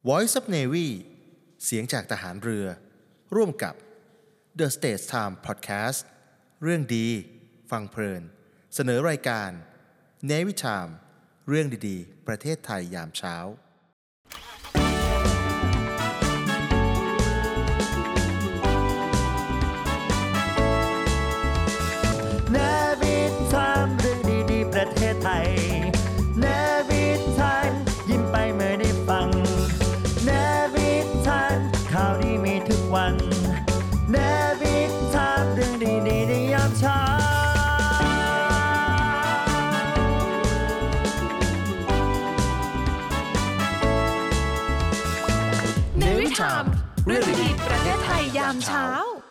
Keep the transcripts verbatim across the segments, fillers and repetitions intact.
Voice of Navy เสียงจากทหารเรือร่วมกับ The States Time Podcast เรื่องดีฟังเพลินเสนอรายการ Navy Time เรื่องดีๆประเทศไทยยามเช้า Navy Time เรื่องดีๆประเทศไทย Navy Time ยิ้มไปเมื่อได้ฟัง Navy Time ข่าวดีมีทุกวัน Navy Time เรื่องดีๆในยามเช้า Navy Time เรื่องดีๆประเทศไทยยามเช้า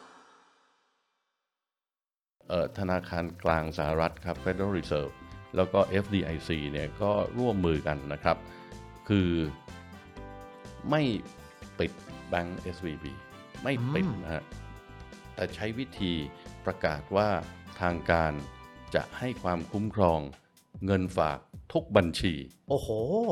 ธนาคารกลางสหรัฐครับ Federal Reserve แล้วก็ เอฟ ดี ไอ ซี เนี่ยก็ร่วมมือกันนะครับคือไม่ปิดแบงก์ เอส วี บี ไม่ปิดนะฮะแต่ใช้วิธีประกาศว่าทางการจะให้ความคุ้มครองเงินฝากทุกบัญชีโอ้โห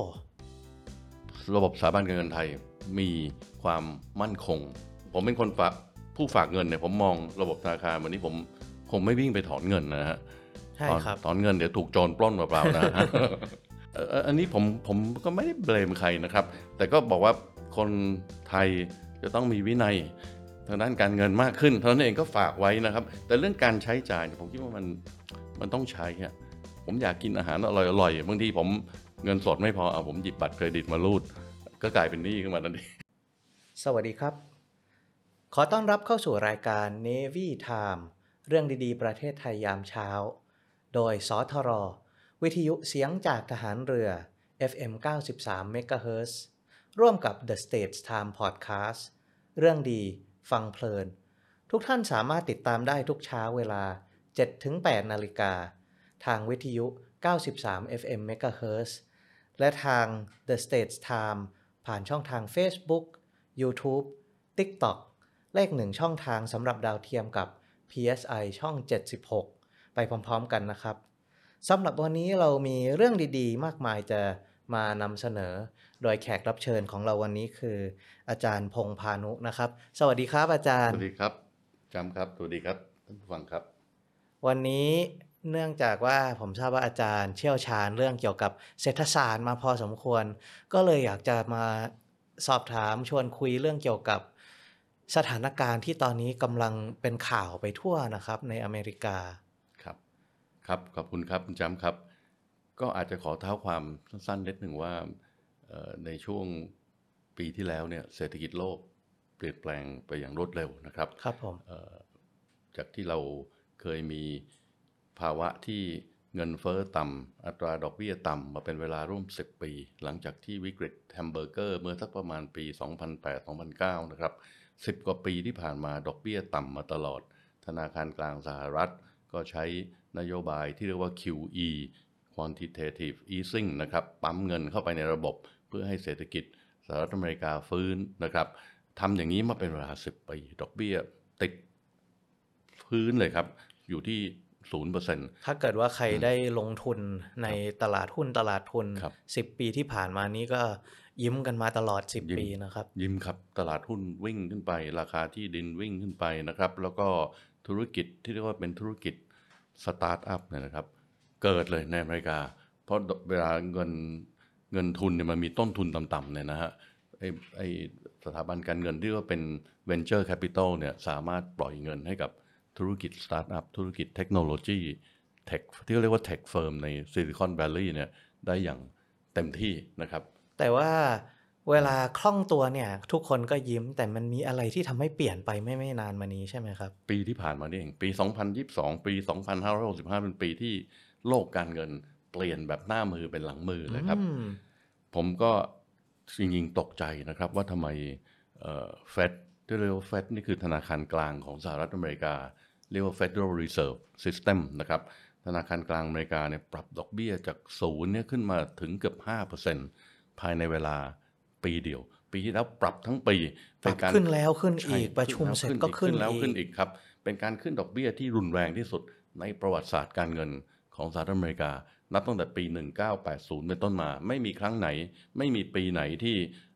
ระบบสถาบันการเงินไทยมีความมั่นคงผมเป็นคนฝากผู้ฝากเงินเนี่ยผมมองระบบธนาคารวันนี้ผมคงไม่วิ่งไปถอนเงินนะฮะใช่ครับถอนเงินเดี๋ยวถูกโจรปล้นเปล่าๆนะอันนี้ผมผมก็ไม่ได้เบลมใครนะครับแต่ก็บอกว่าคนไทยจะต้องมีวินัยทางด้านการเงินมากขึ้นเท่านั้นเองก็ฝากไว้นะครับแต่เรื่องการใช้จ่ายผมคิดว่ามันมันต้องใช้ฮะผมอยากกินอาหารอร่อยๆบางทีผมเงินสดไม่พอเอาผมหยิบบัตรเครดิตมารูดก็กลายเป็นหนี้ขึ้นมาทันทีสวัสดีครับขอต้อนรับเข้าสู่รายการ Navy Time เรื่องดีๆประเทศไทยยามเช้าโดยสทรวิทยุเสียงจากทหารเรือ เอฟ เอ็ม เก้าสิบสาม เมกะเฮิรตซ์ร่วมกับ The States Time Podcast เรื่องดีฟังเพลินทุกท่านสามารถติดตามได้ทุกเช้าเวลา เจ็ดถึงแปด นาฬิกาทางวิทยุ เก้าสิบสาม เอฟ เอ็ม เมกะเฮิรตซ์และทาง The States Time ผ่านช่องทาง Facebook YouTube TikTok เลขหนึ่งช่องทางสำหรับดาวเทียมกับ พี เอส ไอ ช่องเจ็ดสิบหกไปพร้อมๆกันนะครับสำหรับวันนี้เรามีเรื่องดีๆมากมายจะมานำเสนอโดยแขกรับเชิญของเราวันนี้คืออาจารย์พงษ์พานุนะครับสวัสดีครับอาจารย์สวัสดีครับจำครับสวัสดีครับท่านผู้ฟังครับวันนี้เนื่องจากว่าผมทราบว่าอาจารย์เชี่ยวชาญเรื่องเกี่ยวกับเศรษฐศาสตร์มาพอสมควรก็เลยอยากจะมาสอบถามชวนคุยเรื่องเกี่ยวกับสถานการณ์ที่ตอนนี้กำลังเป็นข่าวไปทั่วนะครับในอเมริกาครับครับขอบคุณครับคุณจำครับก็อาจจะขอเท้าความสั้นๆนิดหนึ่งว่าในช่วงปีที่แล้วเนี่ยเศรษฐกิจโลกเปลี่ยนแปลงไปอย่างรวดเร็วนะครับครับผมจากที่เราเคยมีภาวะที่เงินเฟ้อต่ำอัตราดอกเบี้ยต่ำมาเป็นเวลาร่วมสิบปีหลังจากที่วิกฤตแฮมเบอร์เกอร์เมื่อสักประมาณปี สองพันแปด สองพันเก้า นะครับสิบกว่าปีที่ผ่านมาดอกเบี้ยต่ำมาตลอดธนาคารกลางสหรัฐก็ใช้นโยบายที่เรียกว่า คิว อี quantitative easing นะครับปั๊มเงินเข้าไปในระบบเพื่อให้เศรษฐกิจสหรัฐอเมริกาฟื้นนะครับทำอย่างนี้มาเป็นเวลาสิบปีดอกเบี้ยติดพื้นเลยครับอยู่ที่ ศูนย์เปอร์เซ็นต์ถ้าเกิดว่าใครได้ลงทุนในตลาดหุ้นตลาดทุนสิบปีที่ผ่านมานี้ก็ยิ้มกันมาตลอดสิบปีนะครับยิ้มครับตลาดหุ้นวิ่งขึ้นไปราคาที่ดินวิ่งขึ้นไปนะครับแล้วก็ธุรกิจที่เรียกว่าเป็นธุรกิจสตาร์ทอัพเนี่ยนะครับเกิดเลยในอเมริกาเพราะเวลาเงินเงินทุนเนี่ยมันมีต้นทุนต่ำๆเนี่ยนะฮะไอ้ไอ้สถาบันการเงินที่ว่าเป็น venture capital เนี่ยสามารถปล่อยเงินให้กับธุรกิจสตาร์ทอัพธุรกิจเทคโนโลยีเทคที่เรียกว่าเทคเฟิร์มในซิลิคอนแวลลีย์เนี่ยได้อย่างเต็มที่นะครับแต่ว่าเวลาคล่องตัวเนี่ยทุกคนก็ยิ้มแต่มันมีอะไรที่ทำให้เปลี่ยนไปไม่ไม่นานมานี้ใช่ไหมครับปีที่ผ่านมานี่เองปีสองพันยี่สิบสองปีสองพันห้าร้อยหกสิบห้าเป็นปีที่โลกการเงินเปลี่ยนแบบหน้ามือเป็นหลังมือเลยครับผมก็จริงๆตกใจนะครับว่าทำไมเอ่อ Fed ที่เรียกว่า Fed นี่คือธนาคารกลางของสหรัฐอเมริกาเรียกว่า Federal Reserve System นะครับธนาคารกลางอเมริกาเนี่ยปรับดอกเบี้ยจากศูนย์เนี่ยขึ้นมาถึงเกือบ ห้าเปอร์เซ็นต์ ภายในเวลาปีเดียวปีที่แล้วปรับทั้งปีปรับขึ้นแล้วขึ้นอีกประชุมเสร็จก็ขึ้นแล้วขึ้นอีกครับเป็นการขึ้นดอกเบี้ยที่รุนแรงที่สุดในประวัติศาสตร์การเงินของสหรัฐอเมริกานับตั้งแต่ปีหนึ่งพันเก้าร้อยแปดสิบเป็นต้นมาไม่มีครั้งไหนไม่มีปีไหนที่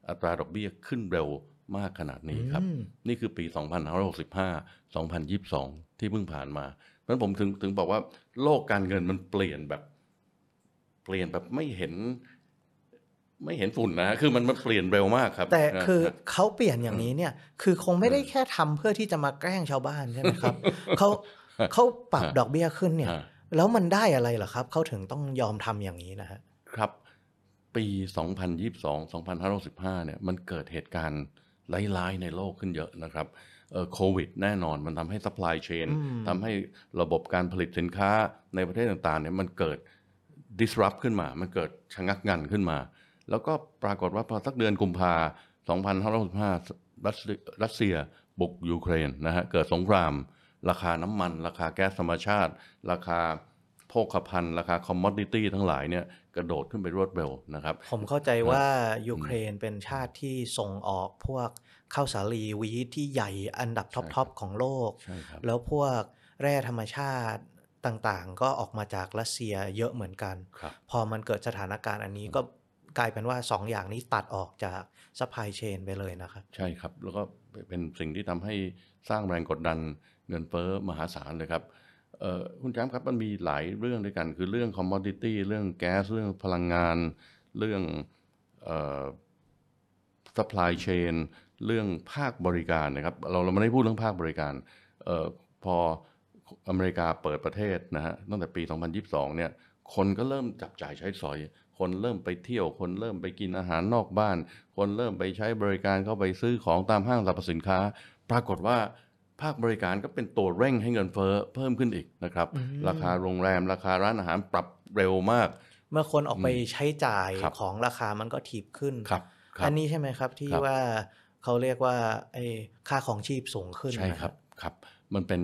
อัตราดอกเบี้ยขึ้นเร็วมากขนาดนี้ครับนี่คือปี สองพันห้าร้อยหกสิบห้า สองพันยี่สิบสอง ที่เพิ่งผ่านมาเพราะฉะนั้นผมถึงถึงบอกว่าโลกการเงินมันเปลี่ยนแบบเปลี่ยนแบบไม่เห็นไม่เห็นฝุ่นนะคือมันมันเปลี่ยนเร็วมากครับแต่คือเขาเปลี่ยนอย่างนี้เนี่ยคือคงไม่ได้แค่ทำเพื่อที่จะมาแกล้งชาวบ้านใช่ไหมครับเขาเขาปรับดอกเบี้ยขึ้นเนี่ยแล้วมันได้อะไรเหรอครับเขาถึงต้องยอมทำอย่างนี้นะฮะครับปี สองพันยี่สิบสอง สองพันห้าร้อยหกสิบห้า เนี่ยมันเกิดเหตุการณ์ร้ายๆในโลกขึ้นเยอะนะครับเอ่อโควิดแน่นอนมันทำให้ supply chain ทำให้ระบบการผลิตสินค้าในประเทศต่างๆเนี่ยมันเกิด disrupt ขึ้นมามันเกิดชะงักงันขึ้นมาแล้วก็ปรากฏว่าพอสักเดือนกุมภาพันธ์ สองพันห้าร้อยหกสิบห้า รัสเซียบุกยูเครนนะฮะเกิดสงครามราคาน้ำมันราคาแก๊สธรรมชาติราคาโภคภัณฑ์ราคาคอมมอดิตี้ทั้งหลายเนี่ยกระโดดขึ้นไปรวดเร็วนะครับผมเข้าใจว่ายูเครนเป็นชาติที่ส่งออกพวกข้าวสาลีวีทที่ใหญ่อันดับท็อปๆของโลกแล้วพวกแร่ธรรมชาติต่างๆก็ออกมาจากรัสเซียเยอะเหมือนกันพอมันเกิดสถานการณ์อันนี้ก็กลายเป็นว่าสองอย่างนี้ตัดออกจากซัพพลายเชนไปเลยนะครับใช่ครับแล้วก็เป็นสิ่งที่ทำให้สร้างแรงกดดันเงินเฟ้อมหาศาลเลยครับคุณแชมป์ครับมันมีหลายเรื่องด้วยกันคือเรื่องคอมมอดิตี้เรื่องแก๊สเรื่องพลังงานเรื่องเอ่อซัพพลายเชนเรื่องภาคบริการนะครับเราเราไม่ได้พูดเรื่องภาคบริการเอ่อพออเมริกาเปิดประเทศนะฮะตั้งแต่ปีสองพันยี่สิบสองเนี่ยคนก็เริ่มจับจ่ายใช้สอยคนเริ่มไปเที่ยวคนเริ่มไปกินอาหารนอกบ้านคนเริ่มไปใช้บริการเข้าไปซื้อของตามห้างสรรพสินค้าปรากฏว่าภาคบริการก็เป็นตัวเร่งให้เงินเฟ้อเพิ่มขึ้นอีกนะครับราคาโรงแรมราคาร้านอาหารปรับเร็วมากเมื่อคนออกไปใช้จ่ายของราคามันก็ถีบขึ้นอันนี้ใช่ไหมครับที่ว่าเขาเรียกว่าไอ้ค่าของชีพสูงขึ้นใช่ครับครับมันเป็น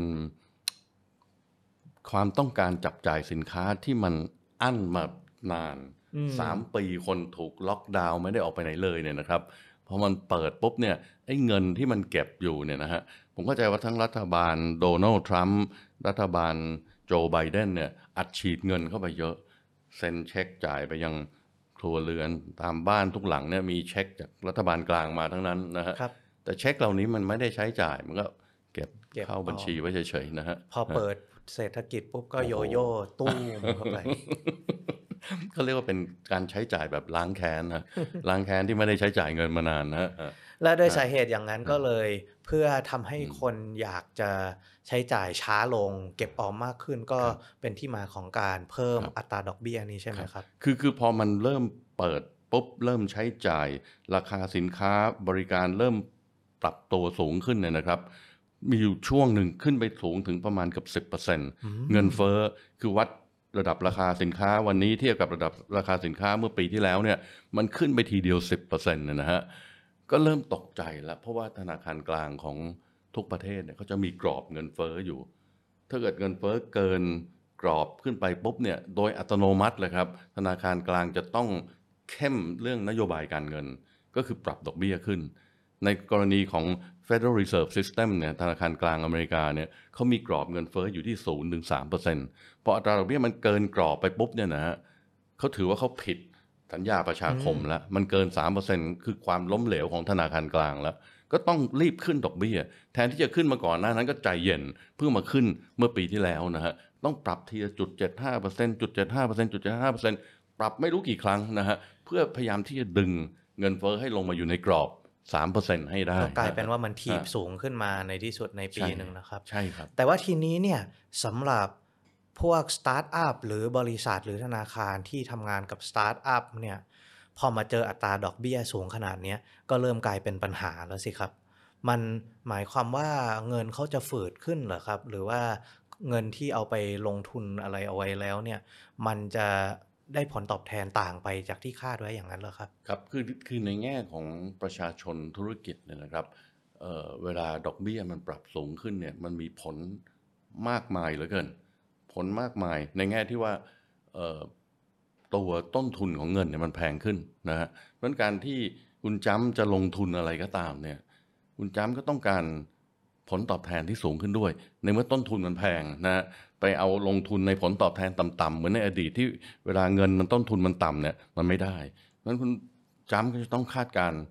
ความต้องการจับจ่ายสินค้าที่มันอั้นมานานสามปีคนถูกล็อกดาวน์ไม่ได้ออกไปไหนเลยเนี่ยนะครับพอมันเปิดปุ๊บเนี่ยไอ้เงินที่มันเก็บอยู่เนี่ยนะฮะผมเข้าใจว่าทั้งรัฐบาลโดนัลด์ทรัมป์รัฐบาลโจไบเดนเนี่ยอัดฉีดเงินเข้าไปเยอะเซ็นเช็คจ่ายไปยังครัวเรือนตามบ้านทุกหลังเนี่ยมีเช็คจากรัฐบาลกลางมาทั้งนั้นนะฮะแต่เช็คเหล่านี้มันไม่ได้ใช้จ่ายมันก็เก็บเข้าบัญชีไว้เฉยๆนะฮะพอเปิดเศรษฐกิจปุ๊บก็โยโย่ตู้มเข้าไปเขาเรียกว่าเป็นการใช้จ่ายแบบล้างแค้นนะล้างแค้นที่ไม่ได้ใช้จ่ายเงินมานานนะและโดยสาเหตุอย่างนั้นก็เลยเพื่อทำให้คนอยากจะใช้จ่ายช้าลงเก็บออมมากขึ้นก็เป็นที่มาของการเพิ่มอัตราดอกเบี้ยนี้ใช่ไหมครับคือคือพอมันเริ่มเปิดปุ๊บเริ่มใช้จ่ายราคาสินค้าบริการเริ่มปรับตัวสูงขึ้นเนี่ยนะครับมีอยู่ช่วงหนึ่งขึ้นไปสูงถึงประมาณเกือบ สิบเปอร์เซ็นต์ เงินเฟ้อคือวัดระดับราคาสินค้าวันนี้เทียบกับระดับราคาสินค้าเมื่อปีที่แล้วเนี่ยมันขึ้นไปทีเดียว สิบเปอร์เซ็นต์ นะฮะก็เริ่มตกใจแล้วเพราะว่าธนาคารกลางของทุกประเทศเนี่ยเขาจะมีกรอบเงินเฟ้ออยู่ถ้าเกิดเงินเฟ้อเกินกรอบขึ้นไปปุ๊บเนี่ยโดยอัตโนมัติเลยครับธนาคารกลางจะต้องเข้มเรื่องนโยบายการเงินก็คือปรับดอกเบี้ยขึ้นในกรณีของ Federal Reserve System เนี่ยธนาคารกลางอเมริกาเนี่ยเขามีกรอบเงินเฟ้ออยู่ที่ ศูนย์ถึงสามเปอร์เซ็นต์ พออัตราดอกเบี้ยมันเกินกรอบไปปุ๊บเนี่ยนะฮะเขาถือว่าเขาผิดสัญญาประชาคมแล้วมันเกิน สามเปอร์เซ็นต์ คือความล้มเหลวของธนาคารกลางแล้วก็ต้องรีบขึ้นดอกเบี้ยแทนที่จะขึ้นมาก่อนหน้านั้นก็ใจเย็นเพิ่งมาขึ้นเมื่อปีที่แล้วนะฮะต้องปรับทีละ จุดเจ็ดห้าเปอร์เซ็นต์ จุดเจ็ดห้าเปอร์เซ็นต์ จุดเจ็ดห้าเปอร์เซ็นต์ ปรับไม่รู้กี่ครั้งนะฮะเพื่อพยายามที่จะดึงเงินเฟ้อให้ลงมาอยู่ในกรอบ สามเปอร์เซ็นต์ ให้ได้ก็กลายเป็นว่ามันถีบสูงขึ้นมาในที่สุดในปีนึงนะครับใช่ครับแต่ว่าทีนี้เนี่ยสำหรับพวกสตาร์ทอัพหรือบริษัทหรือธนาคารที่ทำงานกับสตาร์ทอัพเนี่ยพอมาเจออัตราดอกเบี้ยสูงขนาดนี้ก็เริ่มกลายเป็นปัญหาแล้วสิครับมันหมายความว่าเงินเขาจะฝืดขึ้นเหรอครับหรือว่าเงินที่เอาไปลงทุนอะไรเอาไว้แล้วเนี่ยมันจะได้ผลตอบแทนต่างไปจากที่คาดไว้อย่างนั้นเหรอครับครับคือคือในแง่ของประชาชนธุรกิจเนี่ยนะครับ เอ่อ เวลาดอกเบี้ยมันปรับสูงขึ้นเนี่ยมันมีผลมากมายเหลือเกินผลมากมายในแง่ที่ว่าเอ่อตัวต้นทุนของเงินเนี่ยมันแพงขึ้นนะฮะเพราะการที่คุณจ้ำจะลงทุนอะไรก็ตามเนี่ยคุณจ้ำก็ต้องการผลตอบแทนที่สูงขึ้นด้วยในเมื่อต้นทุนมันแพงนะฮะไปเอาลงทุนในผลตอบแทนต่ำๆเหมือนในอดีตที่เวลาเงินมันต้นทุนมันต่ำเนี่ยมันไม่ได้เพราะฉะนั้นคุณจ้ำก็จะต้องคาดการ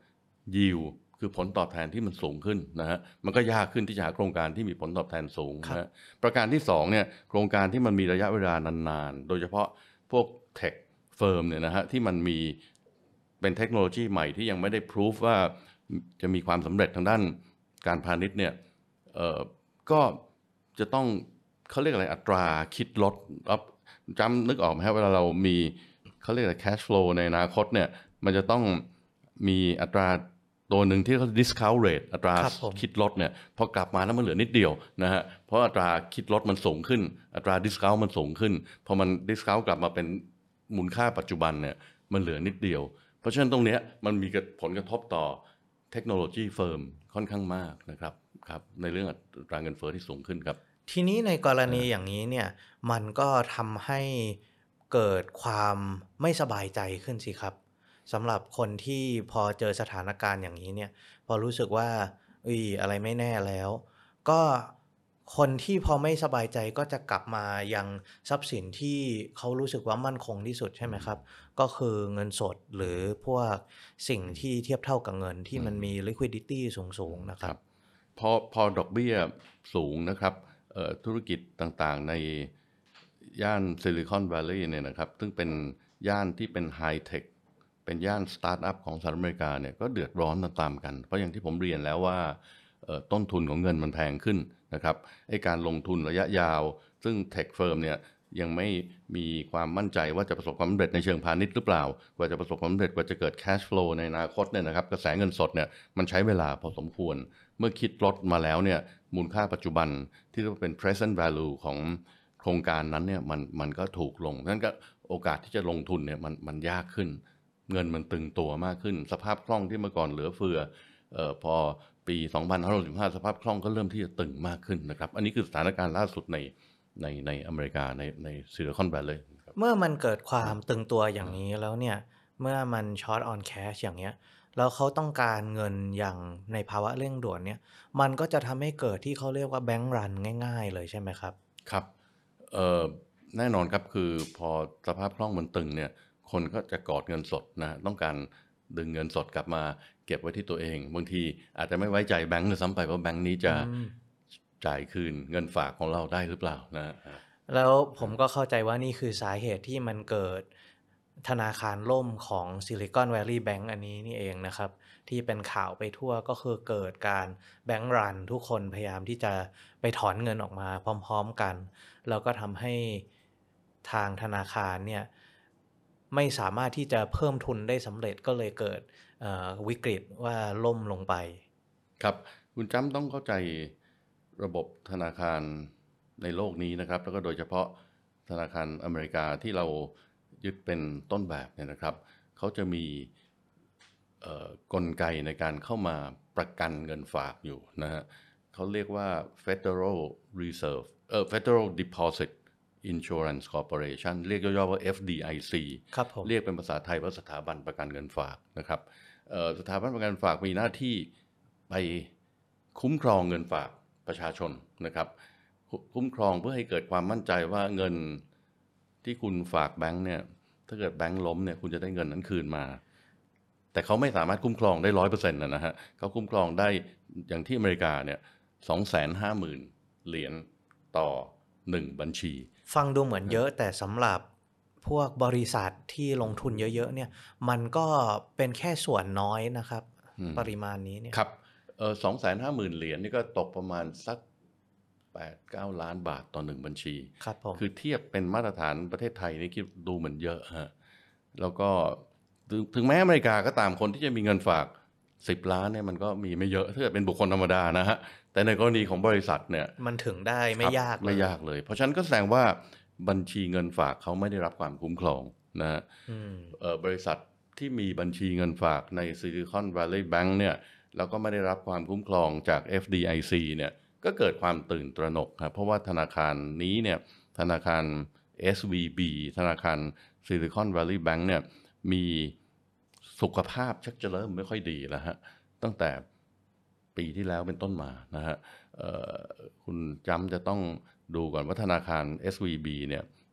yield คือผลตอบแทนที่มันสูงขึ้นนะฮะมันก็ยากขึ้นที่จะหาโครงการที่มีผลตอบแทนสูงนะฮะประการที่สองเนี่ยโครงการที่มันมีระยะเวลานานๆโดยเฉพาะพวก tech firm เนี่ยนะฮะที่มันมีเป็นเทคโนโลยีใหม่ที่ยังไม่ได้พิสูจว่าจะมีความสำเร็จทางด้านการพาณิชย์เนี่ยเอ่อก็จะต้องเขาเรียกอะไรอัตราคิดลดจำนึกออกไหมครับเวลาเรามีเขาเรียกอะไร cash flow ในอนาคตเนี่ยมันจะต้องมีอัตราตัวหนึ่งที่เขา discount rate อัตราคิดลดเนี่ยพอกลับมาแล้วมันเหลือนิดเดียวนะฮะเพราะอัตราคิดลดมันสูงขึ้นอัตรา discount มันสูงขึ้นพอมัน discount กลับมาเป็นมูลค่าปัจจุบันเนี่ยมันเหลือนิดเดียวเพราะฉะนั้นตรงนี้มันมีผลกระทบต่อเทคโนโลยีเฟิร์มค่อนข้างมากนะครับครับในเรื่องอัตราเงินเฟ้อที่สูงขึ้นครับทีนี้ในกรณีอย่างนี้เนี่ยมันก็ทำให้เกิดความไม่สบายใจขึ้นสิครับสำหรับคนที่พอเจอสถานการณ์อย่างนี้เนี่ยพอรู้สึกว่าอุ้ยอะไรไม่แน่แล้วก็คนที่พอไม่สบายใจก็จะกลับมายังทรัพย์สินที่เขารู้สึกว่ามั่นคงที่สุดใช่ไหมครับก็คือเงินสดหรือพวกสิ่งที่เทียบเท่ากับเงินที่มันมี liquidity สูงๆนะครับพอพอดอกเบี้ยสูงนะครับธุรกิจต่างๆในย่านซิลิคอนแวลลีย์เนี่ยนะครับซึ่งเป็นย่านที่เป็นไฮเทคเป็นย่านสตาร์ทอัพของสหรัฐอเมริกาเนี่ยก็เดือดร้อนตามกันเพราะอย่างที่ผมเรียนแล้วว่าต้นทุนของเงินมันแพงขึ้นนะครับไอ้การลงทุนระยะยาวซึ่งเทคเฟิร์มเนี่ยยังไม่มีความมั่นใจว่าจะประสบความสำเร็จในเชิงพาณิชย์หรือเปล่ากว่าจะประสบความสำเร็จกว่าจะเกิด cash flow ในอนาคตเนี่ยนะครับกระแสเงินสดเนี่ยมันใช้เวลาพอสมควรเมื่อคิดลดมาแล้วเนี่ยมูลค่าปัจจุบันที่เรียกว่าเป็น present value ของโครงการนั้นเนี่ยมันมันก็ถูกลงนั้นก็โอกาสที่จะลงทุนเนี่ยมันมันยากขึ้นเงินมันตึงตัวมากขึ้นสภาพคล่องที่เมื่อก่อนเหลือเฟือเอ่อพอปีสองพันห้าร้อยหกสิบห้าสภาพคล่องก็เริ่มที่จะตึงมากขึ้นนะครับอันนี้คือสถานการณ์ล่าสุดในในในอเมริกาในในซิลิคอนแวลลีย์เมื่อมันเกิดความตึงตัวอย่างนี้แล้วเนี่ยเมื่อมันช็อตออนแคชอย่างเงี้ยแล้วเขาต้องการเงินอย่างในภาวะเร่งด่วนเนี่ยมันก็จะทำให้เกิดที่เขาเรียกว่าแบงก์รันง่ายๆเลยใช่ไหมครับครับเอ่อแน่นอนครับคือพอสภาพคล่องมันตึงเนี่ยคนก็จะกอดเงินสดนะต้องการดึงเงินสดกลับมาเก็บไว้ที่ตัวเองบางทีอาจจะไม่ไว้ใจแบงก์เลยซ้ำไปว่าแบงก์นี้จะจ่ายคืนเงินฝากของเราได้หรือเปล่านะแล้วผมก็เข้าใจว่านี่คือสาเหตุที่มันเกิดธนาคารล่มของ Silicon Valley Bank อันนี้นี่เองนะครับที่เป็นข่าวไปทั่วก็คือเกิดการแบงก์รันทุกคนพยายามที่จะไปถอนเงินออกมาพร้อมๆกันแล้วก็ทำให้ทางธนาคารเนี่ยไม่สามารถที่จะเพิ่มทุนได้สำเร็จก็เลยเกิดวิกฤตว่าล่มลงไปครับคุณจ้ำต้องเข้าใจระบบธนาคารในโลกนี้นะครับแล้วก็โดยเฉพาะธนาคารอเมริกาที่เรายึดเป็นต้นแบบเนี่ยนะครับเขาจะมีกลไกในการเข้ามาประกันเงินฝากอยู่นะฮะเขาเรียกว่า Federal Reserve เอ่อ Federal Deposit Insurance Corporation เรียกย่อๆว่า เอฟ ดี ไอ ซีครับผมเรียกเป็นภาษาไทยว่าสถาบันประกันเงินฝากนะครับสถาบันประกันฝากมีหน้าที่ไปคุ้มครองเงินฝากประชาชนนะครับคุ้มครองเพื่อให้เกิดความมั่นใจว่าเงินที่คุณฝากแบงค์เนี่ยถ้าเกิดแบงค์ล้มเนี่ยคุณจะได้เงินนั้นคืนมาแต่เขาไม่สามารถคุ้มครองได้ ร้อยเปอร์เซ็นต์ นะฮะเขาคุ้มครองได้อย่างที่อเมริกาเนี่ย สองแสนห้าหมื่น เหรียญต่อหนึ่งบัญชีฟังดูเหมือนเยอะแต่สำหรับพวกบริษัทที่ลงทุนเยอะๆเนี่ยมันก็เป็นแค่ส่วนน้อยนะครับปริมาณนี้เนี่ยครับเออ สองแสนห้าหมื่น เหรียญนี่ก็ตกประมาณสักแปดถึงเก้า ล้านบาทต่อหนึ่งบัญชีครับผมคือเทียบเป็นมาตรฐานประเทศไทยนี่คิดดูเหมือนเยอะฮะแล้วก็ถึงแม้อเมริกาก็ตามคนที่จะมีเงินฝากสิบล้านเนี่ยมันก็มีไม่เยอะถ้าเกิดเป็นบุคคลธรรมดานะฮะแต่ในกรณีของบริษัทเนี่ยมันถึงได้ไม่ยากไม่ยากเลยเพราะฉะนั้นก็แสดงว่าบัญชีเงินฝากเขาไม่ได้รับความคุ้มครองนะฮะบริษัทที่มีบัญชีเงินฝากใน Silicon Valley Bank เนี่ยแล้วก็ไม่ได้รับความคุ้มครองจาก เอฟ ดี ไอ ซี เนี่ยก็เกิดความตื่นตระหนกครับเพราะว่าธนาคารนี้เนี่ยธนาคาร เอส วี บี ธนาคาร Silicon Valley Bank เนี่ยมีสุขภาพชักจะเริ่มไม่ค่อยดีแล้วฮะตั้งแต่ปีที่แล้วเป็นต้นมานะฮะคุณจำจะต้องดูก่อนว่าธนาคาร เอส วี บี เนี่ย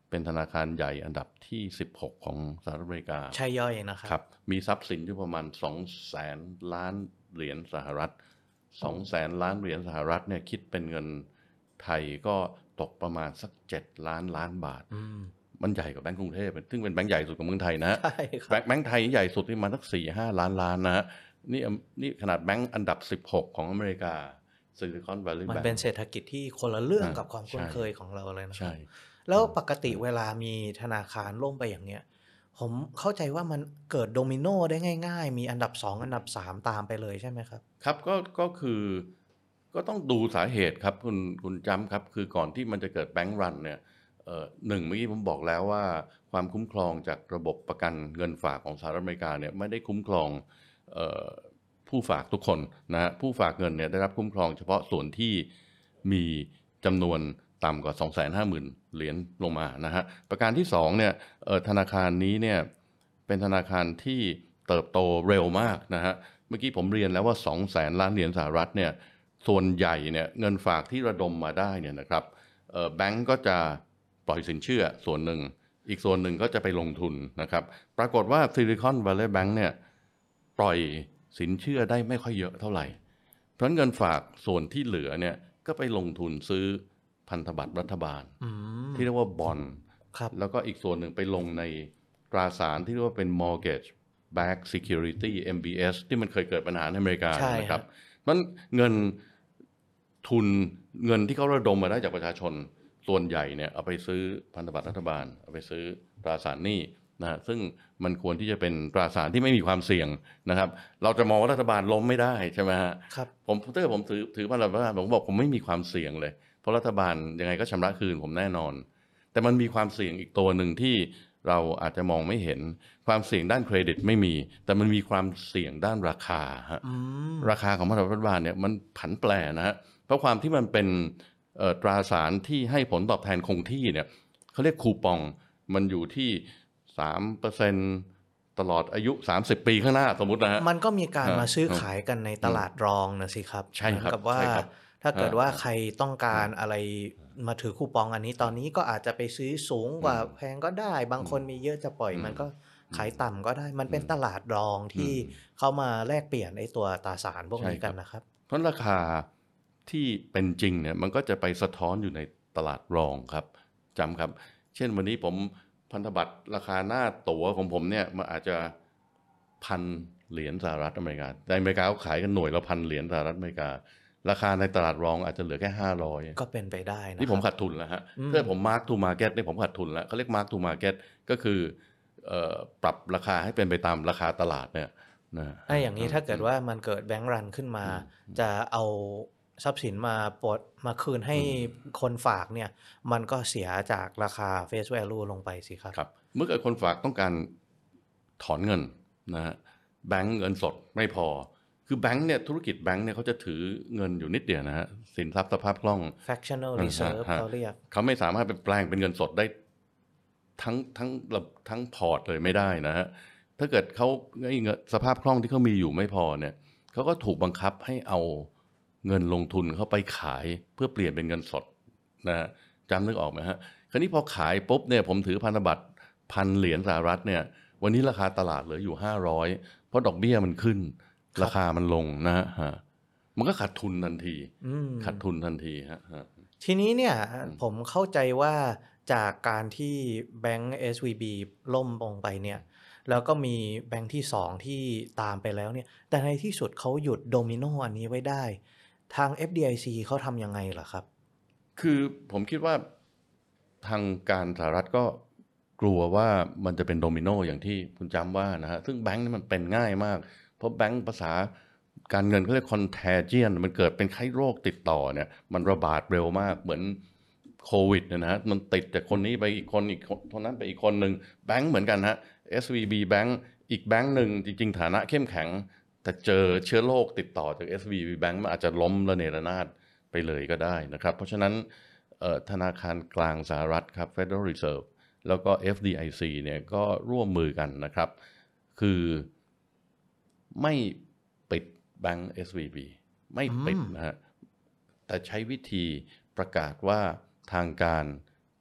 เป็นธนาคารใหญ่อันดับที่สิบหกของสหรัฐอเมริกาใช่ย่อยนะครับครับมีทรัพย์สินอยู่ประมาณสองแสนล้านเหรียญสหรัฐสองแสนล้านเหรียญสหรัฐเนี่ยคิดเป็นเงินไทยก็ตกประมาณสักเจ็ดล้านล้านบาทมันใหญ่กว่าแบงก์กรุงเทพซึ่งเป็นแบงก์ใหญ่สุดของเมืองไทยนะใช่ครับแบงก์ไทยใหญ่สุดนี่มาสักสี่ห้าล้านล้านนะฮะนี่นี่ขนาดแบงก์อันดับสิบหกของอเมริกาซิลิคอนวัลลีย์แบงก์มันเป็นเศรษฐกิจที่คนละเรื่องกับความคุ้นเคยของเราเลยนะครับแล้วปกติเวลามีธนาคารล่มไปอย่างเนี้ยผมเข้าใจว่ามันเกิดโดมิโนได้ง่ายๆมีอันดับสองอันดับสามตามไปเลยใช่ไหมครับครับก็ก็คือก็ต้องดูสาเหตุครับคุณคุณจำครับคือก่อนที่มันจะเกิดแบงก์รันเนี่ยเอ่อหนึ่งเมื่อกี้ผมบอกแล้วว่าความคุ้มครองจากระบบประกันเงินฝากของสหรัฐอเมริกาเนี่ยไม่ได้คุ้มครองเอ่อผู้ฝากทุกคนนะฮะผู้ฝากเงินเนี่ยได้รับคุ้มครองเฉพาะส่วนที่มีจำนวนต่ำกว่า สองแสนห้าหมื่น เหรียญลงมานะฮะประการที่สองเนี่ยเอ่อธนาคารนี้เนี่ยเป็นธนาคารที่เติบโตเร็วมากนะฮะเมื่อกี้ผมเรียนแล้วว่า สองแสน ล้านเหรียญสหรัฐเนี่ยส่วนใหญ่เนี่ยเงินฝากที่ระดมมาได้เนี่ยนะครับเอ่อแบงก์ก็จะปล่อยสินเชื่อส่วนหนึ่งอีกส่วนหนึ่งก็จะไปลงทุนนะครับปรากฏว่า Silicon Valley Bank เนี่ยปล่อยสินเชื่อได้ไม่ค่อยเยอะเท่าไหร่เพราะเงินฝากส่วนที่เหลือเนี่ยก็ไปลงทุนซื้อพันธบัตรรัฐบาลที่เรียกว่าบอนด์แล้วก็อีกส่วนหนึ่งไปลงในตราสารที่เรียกว่าเป็น mortgage backed security เอ็ม บี เอส ที่มันเคยเกิดปัญหาในอเมริกานะครับมันเงินทุนเงินที่เขาระดมมาได้จากประชาชนส่วนใหญ่เนี่ยเอาไปซื้อพันธบัตรรัฐบาลเอาไปซื้อตราสารหนี้นะซึ่งมันควรที่จะเป็นตราสารที่ไม่มีความเสี่ยงนะครับเราจะมองว่ารัฐบาลล้มไม่ได้ใช่ไหมฮะครับผมถ้าเกิดผมถือถือพันธบัตรรัฐบาลผมบอกผมไม่มีความเสี่ยงเลยเพราะรัฐบาลยังไงก็ชำระคืนผมแน่นอนแต่มันมีความเสี่ยงอีกตัวหนึ่งที่เราอาจจะมองไม่เห็นความเสี่ยงด้านเครดิตไม่มีแต่มันมีความเสี่ยงด้านราคาฮะราคาของพันธบัตรรัฐบาลเนี่ยมันผันแปรนะฮะเพราะความที่มันเป็นตราสารที่ให้ผลตอบแทนคงที่เนี่ยเขาเรียกคูปองมันอยู่ที่ สามเปอร์เซ็นต์ ตลอดอายุสามสิบปีข้างหน้าสมมุตินะฮะมันก็มีการมาซื้อขายกันในตลาดรองนะสิครับใช่ครับกับว่าถ้าเกิดว่าใครต้องการอะไรมาถือคูปองอันนี้ตอนนี้ก็อาจจะไปซื้อสูงกว่าแพงก็ได้บางคนมีเยอะจะปล่อยมันก็ขายต่ำก็ได้มันเป็นตลาดรองที่เขามาแลกเปลี่ยนไอ้ตัวตราสารพวกนี้กันนะครับเพราะราคาที่เป็นจริงเนี่ยมันก็จะไปสะท้อนอยู่ในตลาดรองครับจำครับเช่นวันนี้ผมพันธบัตรราคาหน้าตั๋วของผมเนี่ยมันอาจจะพันเหรียญสหรัฐอเมริกาในอเมริกาเขาขายกันหน่วยละพันเหรียญสหรัฐอเมริการาคาในตลาดรองอาจจะเหลือแค่ห้าร้อยก็เป็นไปได้นะนี่ผมขาดทุนแล้วฮะถ้าผม mark to market นี่ผมขาดทุนแล้วเขาเรียก mark to market ก็คือเอ่อปรับราคาให้เป็นไปตามราคาตลาดเนี่ยนะไอ้อย่างนี้ถ้าเกิดว่ามันเกิดแบงก์รันขึ้นมาจะเอาทรัพย์สินมาปลดมาคืนให้คนฝากเนี่ยมันก็เสียจากราคา face value ลงไปสิครับครับเมื่อเกิดคนฝากต้องการถอนเงินนะฮะแบงก์เงินสดไม่พอคือแบงก์เนี่ยธุรกิจแบงก์เนี่ยเขาจะถือเงินอยู่นิดเดียวนะฮะสินทรัพย์สภาพคล่อง fractional reserve เขาเรียกเขาไม่สามารถเป็นแปลงเป็นเงินสดได้ทั้งทั้งทั้งพอร์ตเลยไม่ได้นะฮะถ้าเกิดเขาเงินสภาพคล่องที่เขามีอยู่ไม่พอเนี่ยเขาก็ถูกบังคับให้เอาเงินลงทุนเข้าไปขายเพื่อเปลี่ยนเป็นเงินสดนะฮะจำนึกออกไหมฮะคราวนี้พอขายปุ๊บเนี่ยผมถือพันธบัตรพันเหรียญสหรัฐเนี่ยวันนี้ราคาตลาดเหลืออยู่ห้าร้อยเพราะดอกเบี้ยมันขึ้นราคามันลงนะฮะมันก็ขาดทุนทันทีขาดทุนทันทีฮะทีนี้เนี่ยผมเข้าใจว่าจากการที่แบงก์ เอส วี บี ล่มลงไปเนี่ยแล้วก็มีแบงก์ที่สองที่ตามไปแล้วเนี่ยแต่ในที่สุดเขาหยุดโดมิโนอันนี้ไว้ได้ทาง เอฟ ดี ไอ ซี เขาทำยังไงล่ะครับคือผมคิดว่าทางการสหรัฐก็กลัวว่ามันจะเป็นโดมิโนอย่างที่คุณจำว่านะฮะซึ่งแบงก์นี่มันเป็นง่ายมากเพราะแบงก์ภาษาการเงินเขาเรียก contagion มันเกิดเป็นไข้โรคติดต่อเนี่ยมันระบาดเร็วมากเหมือนโควิดนะฮะมันติดจากคนนี้ไปอีกคนอีกคนนั้นไปอีกคนหนึ่งแบงก์เหมือนกันฮะ เอส วี บี Bank อีกแบงก์หนึ่งจริงๆฐานะเข้มแข็งแต่เจอเชื้อโรคติดต่อจาก เอส วี บี Bank มันอาจจะล้มระเนระนาดไปเลยก็ได้นะครับเพราะฉะนั้นธนาคารกลางสหรัฐครับ Federal Reserve แล้วก็ เอฟ ดี ไอ ซี เนี่ยก็ร่วมมือกันนะครับคือไม่ปิดแบงก์ เอส วี บี ไม่ปิดนะฮะแต่ใช้วิธีประกาศว่าทางการ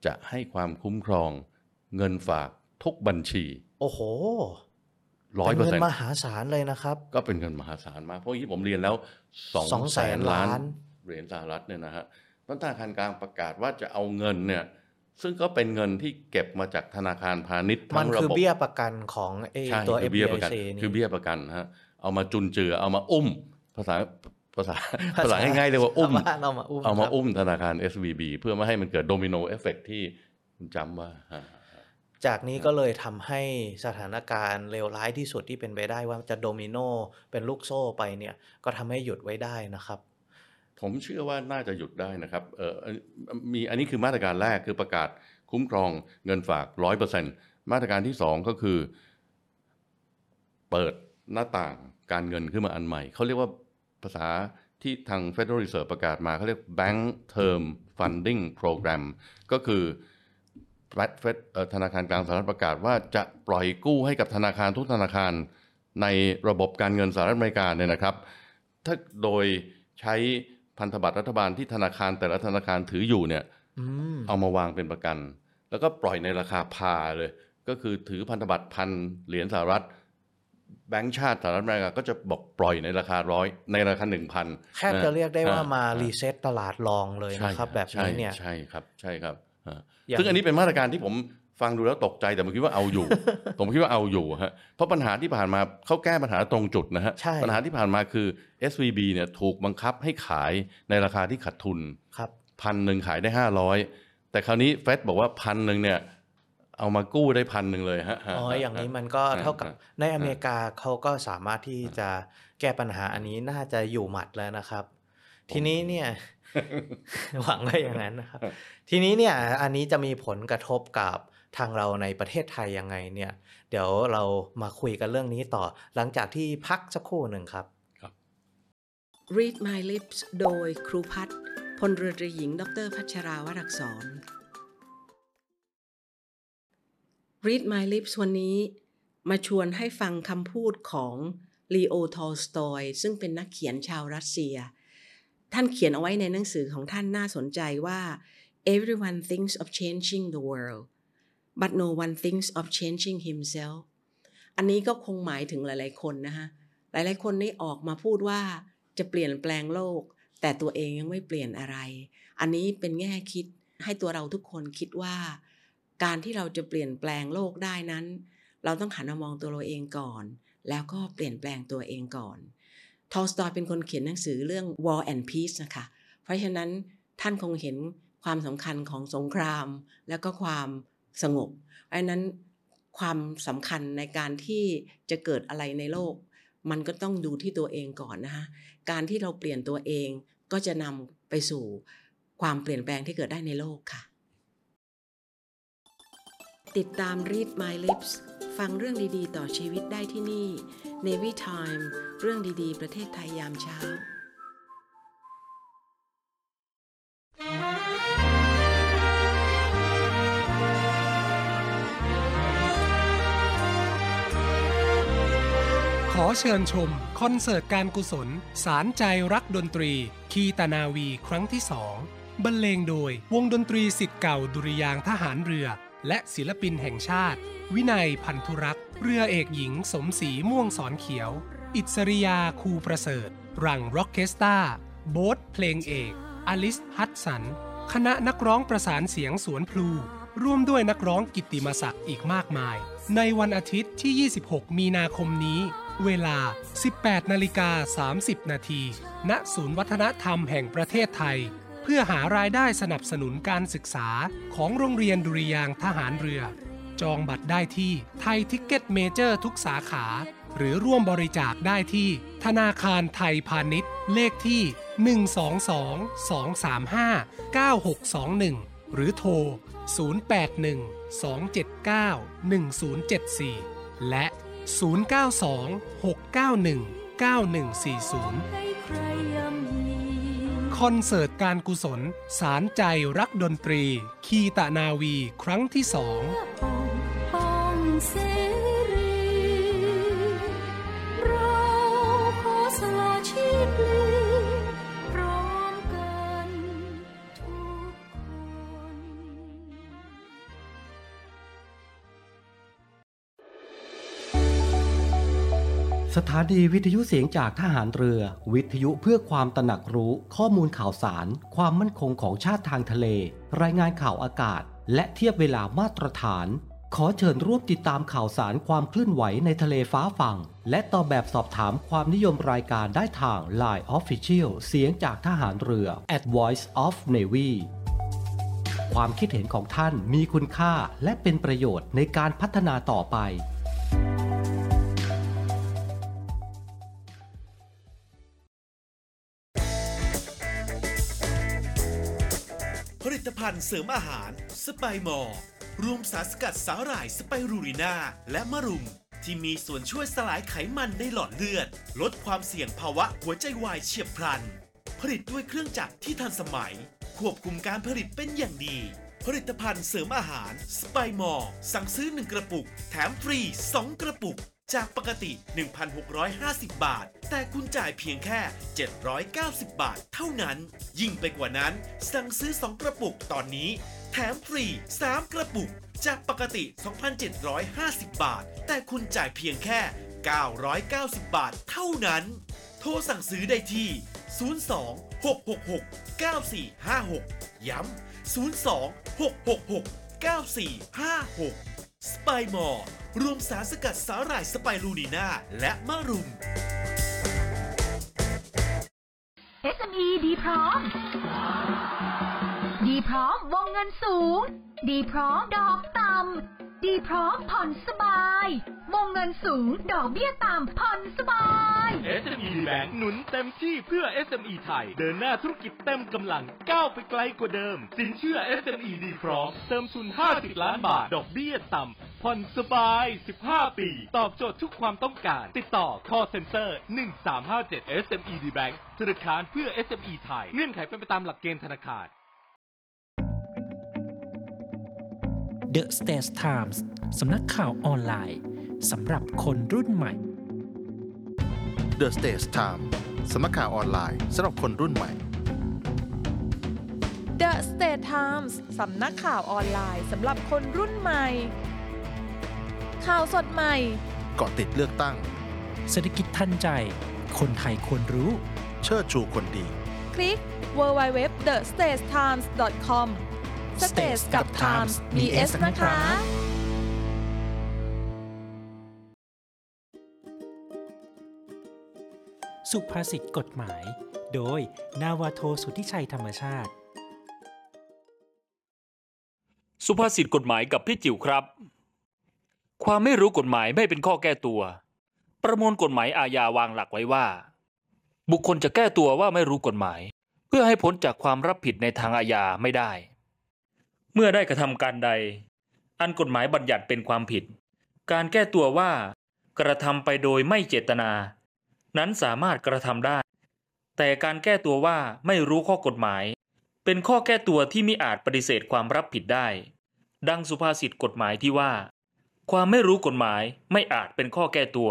จะให้ความคุ้มครองเงินฝากทุกบัญชีโอ้โหร้อยเปอร์เซ็นต์เป็นเงินมหาศาลเลยนะครับก็เป็นเงินมหาศาลมากเพราะที่ผมเรียนแล้วสองแสนล้านเหรียญสหรัฐเนี่ยนะฮะธนาคารกลางประกาศว่าจะเอาเงินเนี่ยซึ่งก็เป็นเงินที่เก็บมาจากธนาคารพาณิชย์ทั้งระบบมันคือเบี้ยประกันของไอ้ตัว เอฟ ดี ไอ ซีนี่คือเบี้ยประกันฮะเอามาจุนเจือเอามาอุ้มภาษาภาษาภาษาง่ายๆเรียกว่าอุ้มเอามาอุ้มเอามาอุ้มธนาคาร เอส วี บี เพื่อไม่ให้มันเกิดโดมิโนเอฟเฟกต์ที่คุณจำว่าจากนี้ก็เลยทำให้สถานการณ์เลวร้ายที่สุดที่เป็นไปได้ว่าจะโดมิโนเป็นลูกโซ่ไปเนี่ยก็ทำให้หยุดไว้ได้นะครับผมเชื่อว่าน่าจะหยุดได้นะครับเออมีอันนี้คือมาตรการแรกคือประกาศคุ้มครองเงินฝาก ร้อยเปอร์เซ็นต์ มาตรการที่สองก็คือเปิดหน้าต่างการเงินขึ้นมาอันใหม่เขาเรียกว่าภาษาที่ทาง Federal Reserve ประกาศมาเขาเรียก Bank Term Funding Program ก็คือเฟดธนาคารกลางสหรัฐประกาศว่าจะปล่อยกู้ให้กับธนาคารทุกธนาคารในระบบการเงินสหรัฐอเมริกาเนี่ยนะครับถ้าโดยใช้พันธบัตรรัฐบาลที่ธนาคารแต่ละธนาคารถืออยู่เนี่ยเอามาวางเป็นประกันแล้วก็ปล่อยในราคาพาเลยก็คือถือพันธบัตรพันเหรียญสหรัฐแบงก์ชาติสหรัฐอเมริกาก็จะบอกปล่อยในราคาร้อยในราคา หนึ่งพันแค่จะเรียกได้ว่ามารีเซ็ตตลาดรองเลยนะครับแบบนี้เนี่ยใช่ครับใช่ครับซึ่งอันนี้เป็นมาตรการที่ผมฟังดูแล้วตกใจแต่ผมคิดว่าเอาอยู่ ผมคิดว่าเอาอยู่ฮะเพราะปัญหาที่ผ่านมาเขาแก้ปัญหาตรงจุดนะฮะปัญหาที่ผ่านมาคือ เอส วี บี เนี่ยถูกบังคับให้ขายในราคาที่ขาดทุนพันหนึ่งขายได้ห้าร้อยแต่คราวนี้เฟดบอกว่าพันหนึ่งเนี่ยเอามากู้ได้พันหนึ่งเลยฮะอ๋ออย่างนี้มันก็เท่ากับในอเมริกาเขาก็สามารถที่จะแก้ปัญหาอันนี้น่าจะอยู่หมัดแล้วนะครับทีนี้เนี่ยหวังว่าอย่างนั้นนะครับทีนี้เนี่ยอันนี้จะมีผลกระทบกับทางเราในประเทศไทยยังไงเนี่ยเดี๋ยวเรามาคุยกันเรื่องนี้ต่อหลังจากที่พักสักครู่หนึ่งครับครับ Read My Lips โดยครูพัฒน์พลเรือตรีหญิงดร.พัชราวรักษร Read My Lips วันนี้มาชวนให้ฟังคำพูดของลีโอ ทอลสตอยซึ่งเป็นนักเขียนชาวรัสเซียท่านเขียนเอาไว้ในหนังสือของท่านน่าสนใจว่า Everyone thinks of changing the world but no one thinks of changing himself อันนี้ก็คงหมายถึงหลายๆคนนะฮะหลายๆคนนี่ออกมาพูดว่าจะเปลี่ยนแปลงโลกแต่ตัวเองยังไม่เปลี่ยนอะไรอันนี้เป็นแง่คิดให้ตัวเราทุกคนคิดว่าการที่เราจะเปลี่ยนแปลงโลกได้นั้นเราต้องหันมามองตัวเราเองก่อนแล้วก็เปลี่ยนแปลงตัวเองก่อนทอลสตอยเป็นคนเขียนหนังสือเรื่อง War and Peace นะคะเพราะฉะนั้นท่านคงเห็นความสำคัญของสงครามแล้วก็ความสงบเพราะฉะนั้นความสำคัญในการที่จะเกิดอะไรในโลกมันก็ต้องดูที่ตัวเองก่อนนะคะการที่เราเปลี่ยนตัวเองก็จะนำไปสู่ความเปลี่ยนแปลงที่เกิดได้ในโลกค่ะติดตาม Read My Lips ฟังเรื่องดีๆต่อชีวิตได้ที่นี่ Navy Time เรื่องดีๆประเทศไทยยามเช้าขอเชิญชมคอนเสิร์ตการกุศลสารใจรักดนตรีคีตนาวีครั้งที่สองบรรเลงโดยวงดนตรีศิษย์เก่าดุริยางค์ทหารเรือและศิลปินแห่งชาติวินัยพันธุรักษ์เรือเอกหญิงสมศรีม่วงสอนเขียวอิสริยาคูประเสริฐรังร็อกเคสตาโบ๊ทเพลงเอกอลิสฮัตสันคณะนักร้องประสานเสียงสวนพลูร่วมด้วยนักร้องกิตติมศักดิ์อีกมากมายในวันอาทิตย์ที่ยี่สิบหกมีนาคมนี้เวลา สิบแปดนาฬิกาสามสิบนาที ณ ศูนย์วัฒนธรรมแห่งประเทศไทยเพื่อหารายได้สนับสนุนการศึกษาของโรงเรียนดุริยางค์ทหารเรือจองบัตรได้ที่ไทยทิกเก็ตเมเจอร์ทุกสาขาหรือร่วมบริจาคได้ที่ธนาคารไทยพาณิชย์เลขที่ หนึ่ง สอง สอง สอง สาม ห้า เก้า หก สอง หนึ่ง หรือโทร ศูนย์ แปด หนึ่ง สอง เจ็ด เก้า หนึ่ง ศูนย์ เจ็ด สี่ และ ศูนย์ เก้า สอง หก เก้า หนึ่ง เก้า หนึ่ง สี่ ศูนย์ คอนเสิร์ตการกุศลสารใจรักดนตรีคีตนาวีครั้งที่สองสถานีวิทยุเสียงจากทหารเรือวิทยุเพื่อความตระหนักรู้ข้อมูลข่าวสารความมั่นคงของชาติทางทะเลรายงานข่าวอากาศและเทียบเวลามาตรฐานขอเชิญร่วมติดตามข่าวสารความเคลื่อนไหวในทะเลฟ้าฝั่งและตอบแบบสอบถามความนิยมรายการได้ทาง ไลน์ Official เสียงจากทหารเรือ แอท voice of navy ความคิดเห็นของท่านมีคุณค่าและเป็นประโยชน์ในการพัฒนาต่อไปผลิตภัณฑ์เสริมอาหารสไปมอร์รวมสารสกัดสาหร่ายสไปรูรินาและมะรุมที่มีส่วนช่วยสลายไขมันในหลอดเลือดลดความเสี่ยงภาวะหัวใจวายเฉียบพลันผลิตด้วยเครื่องจักรที่ทันสมัยควบคุมการผลิตเป็นอย่างดีผลิตภัณฑ์เสริมอาหารสไปมอร์สั่งซื้อหนึ่งกระปุกแถมฟรีสองกระปุกจากปกติ หนึ่งพันหกร้อยห้าสิบ บาทแต่คุณจ่ายเพียงแค่เจ็ดร้อยเก้าสิบบาทเท่านั้นยิ่งไปกว่านั้นสั่งซื้อสองกระปุกตอนนี้แถมฟรีสามกระปุกจากปกติ สองพันเจ็ดร้อยห้าสิบ บาทแต่คุณจ่ายเพียงแค่เก้าร้อยเก้าสิบบาทเท่านั้นโทรสั่งซื้อได้ที่ศูนย์ สอง หก หก หก เก้า สี่ ห้า หกย้ำศูนย์ สอง หก หก หก เก้า สี่ ห้า หกสไปมอร์รวมสารสกัดสาหร่ายสไปรูนีนาและมะรุมเอส เอ็ม อี ดีพร้อมดีพร้อมวงเงินสูงดีพร้อมดอกต่ำดีพร้อมผ่อนสบายวงเงินสูงดอกเบี้ยต่ำผ่อนสบายเอส เอ็ม อี Bank หนุนเต็มที่เพื่อ เอส เอ็ม อี ไทยเดินหน้าธุรกิจเต็มกำลังก้าวไปไกลกว่าเดิมสินเชื่อ เอส เอ็ม อี ดีพร้อมเติมทุนห้าสิบล้านบาทดอกเบี้ยต่ำผ่อนสบายสิบห้าปีตอบโจทย์ทุกความต้องการติดต่อ call center หนึ่งสามห้าเจ็ด เอส เอ็ม อี Bank ธนาคารเพื่อ เอส เอ็ม อี ไทยเงื่อนไขเป็นไปตามหลักเกณฑ์ธนาคาร The States Times สำนักข่าวออนไลน์สำหรับคนรุ่นใหม่ The States Times สำนักข่าวออนไลน์สำหรับคนรุ่นใหม่ The States Times สำนักข่าวออนไลน์สำหรับคนรุ่นใหม่ข่าวสดใหม่เกาะติดเลือกตั้งเศรษฐกิจทันใจคนไทยควรรู้เชิดชูคนดีคลิก ดับเบิลยู ดับเบิลยู ดับเบิลยู ดอท สเตทไทมส์ ดอท คอม States กับ Times มี S นะคะสุภาษิตกฎหมายโดยนาวาโทสุทธิชัยธรรมชาติสุภาษิตกฎหมายกับพี่จิ๋วครับความไม่รู้กฎหมายไม่เป็นข้อแก้ตัวประมวลกฎหมายอาญาวางหลักไว้ว่าบุคคลจะแก้ตัวว่าไม่รู้กฎหมายเพื่อให้พ้นจากความรับผิดในทางอาญาไม่ได้เมื่อได้กระทำการใดอันกฎหมายบัญญัติเป็นความผิดการแก้ตัวว่ากระทำไปโดยไม่เจตนานั้นสามารถกระทำได้แต่การแก้ตัวว่าไม่รู้ข้อกฎหมายเป็นข้อแก้ตัวที่มิอาจปฏิเสธความรับผิดได้ดังสุภาษิตกฎหมายที่ว่าความไม่รู้กฎหมายไม่อาจเป็นข้อแก้ตัว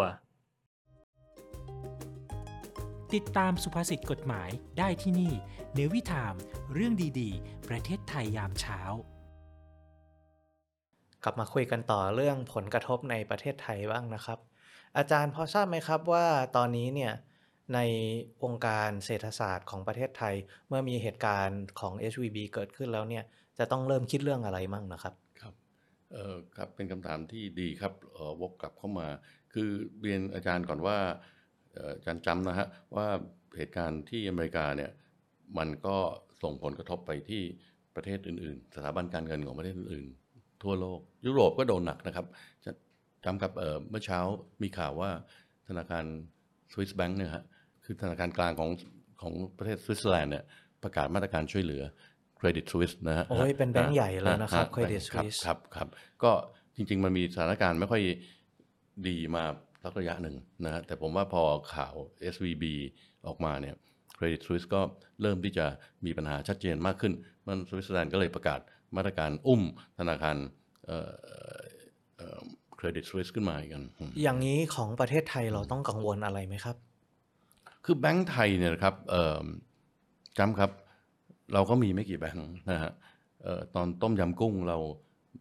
ติดตามสุภาษิตกฎหมายได้ที่นี่เนวิไทม์เรื่องดีๆประเทศไทยยามเช้ากลับมาคุยกันต่อเรื่องผลกระทบในประเทศไทยบ้างนะครับอาจารย์พอทราบไหมครับว่าตอนนี้เนี่ยในวงการเศรษฐศาสตร์ของประเทศไทยเมื่อมีเหตุการณ์ของ เอช วี บี เกิดขึ้นแล้วเนี่ยจะต้องเริ่มคิดเรื่องอะไรมั่งนะครับครับเอ่อครับเป็นคำถามที่ดีครับเอ่อวกกลับเข้ามาคือเรียนอาจารย์ก่อนว่าอาจารย์จำนะฮะว่าเหตุการณ์ที่อเมริกาเนี่ยมันก็ส่งผลกระทบไปที่ประเทศอื่นๆสถาบันการเงินของประเทศอื่นๆทั่วโลกยุโรปก็โดนหนักนะครับจำครับเเมื่อเช้ามีข่าวว่าธนาคารสวิสแบงค์เนี่ยฮะคือธนาคารกลางของของประเทศสวิตเซอร์แลนด์เนี่ยประกาศมาตรการช่วยเหลือเครดิตสวิสนะฮะโอ้ยเป็นแบงค์ใหญ่แล้วนะครับเครดิตสวิสครับครับก็จริงๆมันมีสถานการณ์ไม่ค่อยดีมาสักระยะหนึ่งนะฮะแต่ผมว่าพอข่าว เอส วี บี ออกมาเนี่ยเครดิตสวิสก็เริ่มที่จะมีปัญหาชัดเจนมากขึ้นมันสวิตเซอร์แลนด์ก็เลยประกาศมาตรการอุ้มธนาคารเอ่อเอ่อเครดิตสวิสขึ้นมาอีกกันอย่างนี้ของประเทศไทยเราต้องกังวลอะไรไหมครับคือแบงก์ไทยเนี่ยครับจำครับเราก็มีไม่กี่แบงก์นะฮะตอนต้มยำกุ้งเรา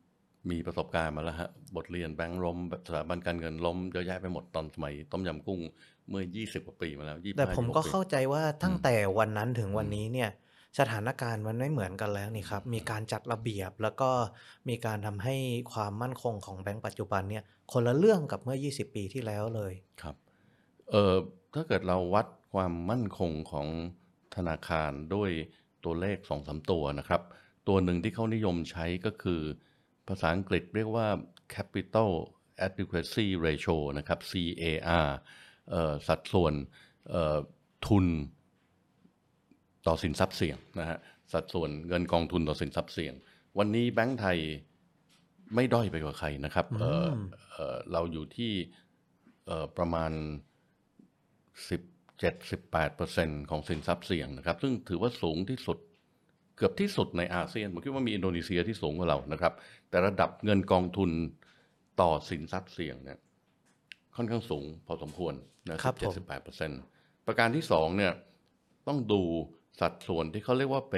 มีประสบการณ์มาแล้วฮะบทเรียนแบงก์ล้มสถาบันการเงินล้มเยอะแยะไปหมดตอนสมัยต้มยำกุ้งเมื่อยี่สิบกว่าปีมาแล้วยี่สิบห้าแต่ผมก็เข้าใจว่าตั้งแต่วันนั้นถึงวันนี้เนี่ยสถานการณ์มันไม่เหมือนกันแล้วนี่ครับมีการจัดระเบียบแล้วก็มีการทำให้ความมั่นคงของแบงก์ปัจจุบันเนี่ยคนละเรื่องกับเมื่อยี่สิบปีที่แล้วเลยครับเอ่อถ้าเกิดเราวัดความมั่นคงของธนาคารด้วยตัวเลข สองถึงสาม ตัวนะครับตัวหนึ่งที่เขานิยมใช้ก็คือภาษาอังกฤษเรียกว่า capital adequacy ratio นะครับ ซี เอ อาร์ เอ่อสัดส่วนเอ่อทุนต่อสินทรัพย์เสี่ยงนะฮะสัดส่วนเงินกองทุนต่อสินทรัพย์เสี่ยงวันนี้แบงก์ไทยไม่ด้อยไปกว่าใครนะครับเอ่อเอ่อเราอยู่ที่เอ่อประมาณสิบเจ็ด สิบแปดเปอร์เซ็นต์ ของสินทรัพย์เสี่ยงนะครับซึ่งถือว่าสูงที่สุดเกือบที่สุดในอาเซียนผมคิดว่ามีอินโดนีเซียที่สูงกว่าเรานะครับแต่ระดับเงินกองทุนต่อสินทรัพย์เสี่ยงเนี่ยค่อนข้างสูงพอสมควรนะ สิบเจ็ด สิบแปดเปอร์เซ็นต์ ประการที่สองเนี่ยต้องดูสัดส่วนที่เขาเรียกว่าเป็น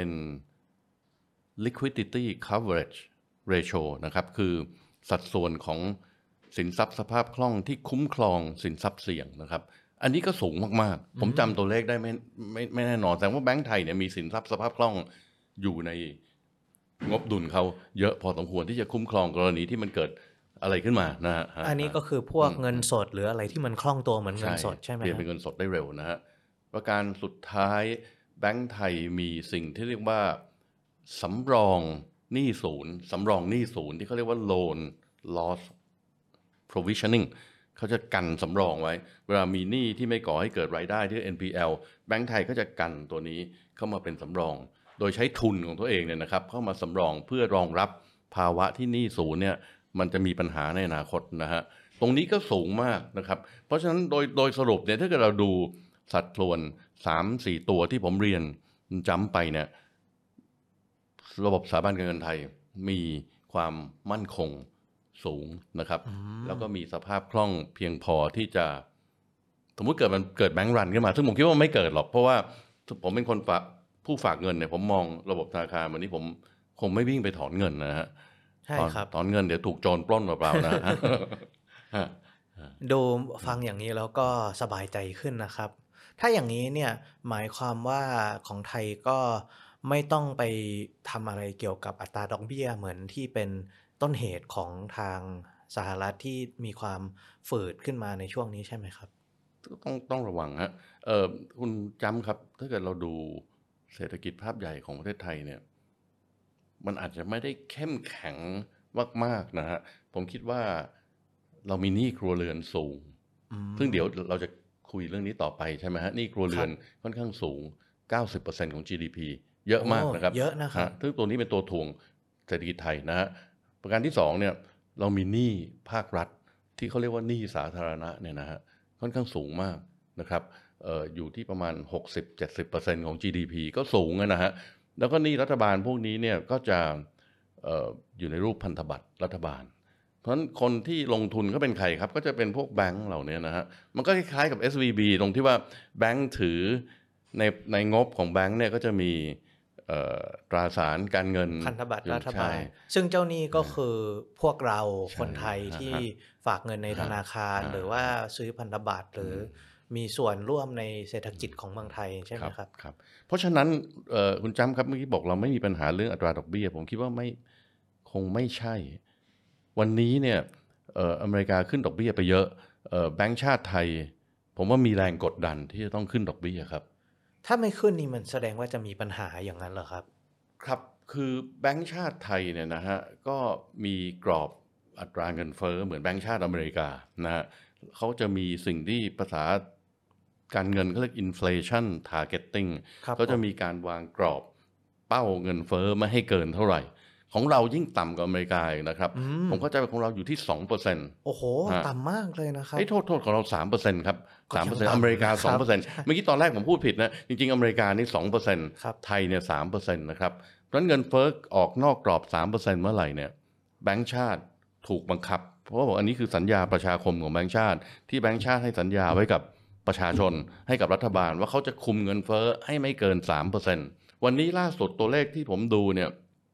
liquidity coverage ratio นะครับคือสัดส่วนของสินทรัพย์สภาพคล่องที่คุ้มครองสินทรัพย์เสี่ยงนะครับอันนี้ก็สูงมากๆผมจำตัวเลขได้ไม่ไม่ไม่แน่นอนแต่ว่าแบงก์ไทยเนี่ยมีสินทรัพย์สภาพคล่องอยู่ในงบดุลเขาเยอะพอสมควรที่จะคุ้มครองกรณีที่มันเกิดอะไรขึ้นมานะฮะอันนี้ก็คือพวกเงินสดหรืออะไรที่มันคล่องตัวเหมือนเงินสดใช่ไหมเปลี่ยนเป็นเงินสดได้เร็วนะฮะประการสุดท้ายแบงก์ไทยมีสิ่งที่เรียกว่าสำรองหนี้ศูนย์สำรองหนี้ศูนย์ที่เขาเรียกว่า loan loss provisioning เขาจะกันสำรองไว้เวลามีหนี้ที่ไม่ก่อให้เกิดรายได้ที่ เอ็น พี แอล แบงก์ไทยก็จะกันตัวนี้เข้ามาเป็นสำรองโดยใช้ทุนของตัวเองเนี่ยนะครับเข้ามาสำรองเพื่อรองรับภาวะที่หนี้ศูนย์เนี่ยมันจะมีปัญหาในอนาคตนะฮะตรงนี้ก็สูงมากนะครับเพราะฉะนั้นโดยโดยสรุปเนี่ยถ้าเกิดเราดูสัดส่วน สามถึงสี่ ตัวที่ผมเรียนจำไปเนี่ยระบบสถาบันการเงินไทยมีความมั่นคงสูงนะครับแล้วก็มีสภาพคล่องเพียงพอที่จะสมมุติเกิดมันเกิดแบงก์รันขึ้นมาซึ่งผมคิดว่าไม่เกิดหรอกเพราะว่าผมเป็นคนฝากผู้ฝากเงินเนี่ยผมมองระบบธนาคารวันนี้ผมคงไม่วิ่งไปถอนเงินนะฮะใช่ครับถอนเงินเดี๋ยวถูกโจรปล้นเปล่าๆนะฮะดูฟังอย่างนี้แล้วก็สบายใจขึ้นนะครับถ้าอย่างนี้เนี่ยหมายความว่าของไทยก็ไม่ต้องไปทำอะไรเกี่ยวกับอัตราดอกเบี้ยเหมือนที่เป็นต้นเหตุของทางสหรัฐที่มีความฝืดขึ้นมาในช่วงนี้ใช่ไหมครับต้องต้องระวังฮะเออคุณจำครับถ้าเกิดเราดูเศรษฐกิจภาพใหญ่ของประเทศไทยเนี่ยมันอาจจะไม่ได้เข้มแข็งมากๆนะฮะผมคิดว่าเรามีหนี้ครัวเรือนสูงซึ่งเดี๋ยวเราจะคุยเรื่องนี้ต่อไปใช่ไหมฮะหนี้ครัวเรือนค่อนข้างสูง เก้าสิบเปอร์เซ็นต์ ของ จี ดี พี เยอะมากนะครับเยอะนะครับซึ่งตัวนี้เป็นตัวถ่วงเศรษฐกิจไทยนะฮะประการที่สองเนี่ยเรามีหนี้ภาครัฐที่เขาเรียกว่าหนี้สาธารณะเนี่ยนะฮะค่อนข้างสูงมากนะครับเอ่ออยู่ที่ประมาณ หกสิบถึงเจ็ดสิบเปอร์เซ็นต์ ของ จี ดี พี ก็สูงนะฮะแล้วก็หนี้รัฐบาลพวกนี้เนี่ยก็จะเอ่ออยู่ในรูปพันธบัตรรัฐบาลเพราะฉะนั้นคนที่ลงทุนก็เป็นใครครับก็จะเป็นพวกแบงก์เหล่านี้นะฮะมันก็คล้ายๆกับ เอส วี บี ตรงที่ว่าแบงก์ถือในในงบของแบงก์เนี่ยก็จะมีตราสารการเงินพันธบัตรรัฐบาลซึ่งเจ้าหนี้ก็คือพวกเราคนไทยที่ฝากเงินในธนาคารหรือว่าซื้อพันธบัตรหรือมีส่วนร่วมในเศรษฐกิจของเมืองไทยใช่ไหมครับครับเพราะฉะนั้นคุณจำครับเมื่อกี้บอกเราไม่มีปัญหาเรื่องอัตราดอกเบี้ยผมคิดว่าไม่คงไม่ใช่วันนี้เนี่ยอเมริกาขึ้นดอกเบี้ยไปเยอะแบงก์ชาติไทยผมว่ามีแรงกดดันที่จะต้องขึ้นดอกเบี้ยครับถ้าไม่ขึ้นนี่มันแสดงว่าจะมีปัญหาอย่างนั้นเหรอครับครับคือแบงก์ชาติไทยเนี่ยนะฮะก็มีกรอบอัตราเงินเฟ้อเหมือนแบงก์ชาติอเมริกานะฮะเขาจะมีสิ่งที่ภาษาการเงินเขาเรียก inflation targeting ก็จะมีการวางกรอบเป้าเงินเฟ้อไม่ให้เกินเท่าไหร่ของเรายิ่งต่ำกว่าอเมริกาอีกนะครับผมเข้าใจว่าของเราอยู่ที่ สองเปอร์เซ็นต์โอ้โหต่ำมากเลยนะครับไอ้โทษโทษของเรา สามเปอร์เซ็นต์ ครับ สามเปอร์เซ็นต์ อเมริกา สองเปอร์เซ็นต์ เมื่อกี้ตอนแรกผมพูดผิดนะจริงๆอเมริกานี่ สองเปอร์เซ็นต์ ไทยเนี่ย สามเปอร์เซ็นต์ นะครับเพราะฉะนั้นเงินเฟ้อออกนอกกรอบ สามเปอร์เซ็นต์ เมื่อไหร่เนี่ยแบงก์ชาติถูกบังคับเพราะว่าอันนี้คือสัญญาประชาคมของแบงก์ชาติที่แบงก์ชาติให้สัญญาไว้กับประชาชนให้กับรัฐบาลว่าเขาจะคุมเงินเฟ้อให้ไม่เกิน สามเปอร์เซ็นต์ วันนี้ล่าสุดตัวเลขที่ผมดูเนี่ย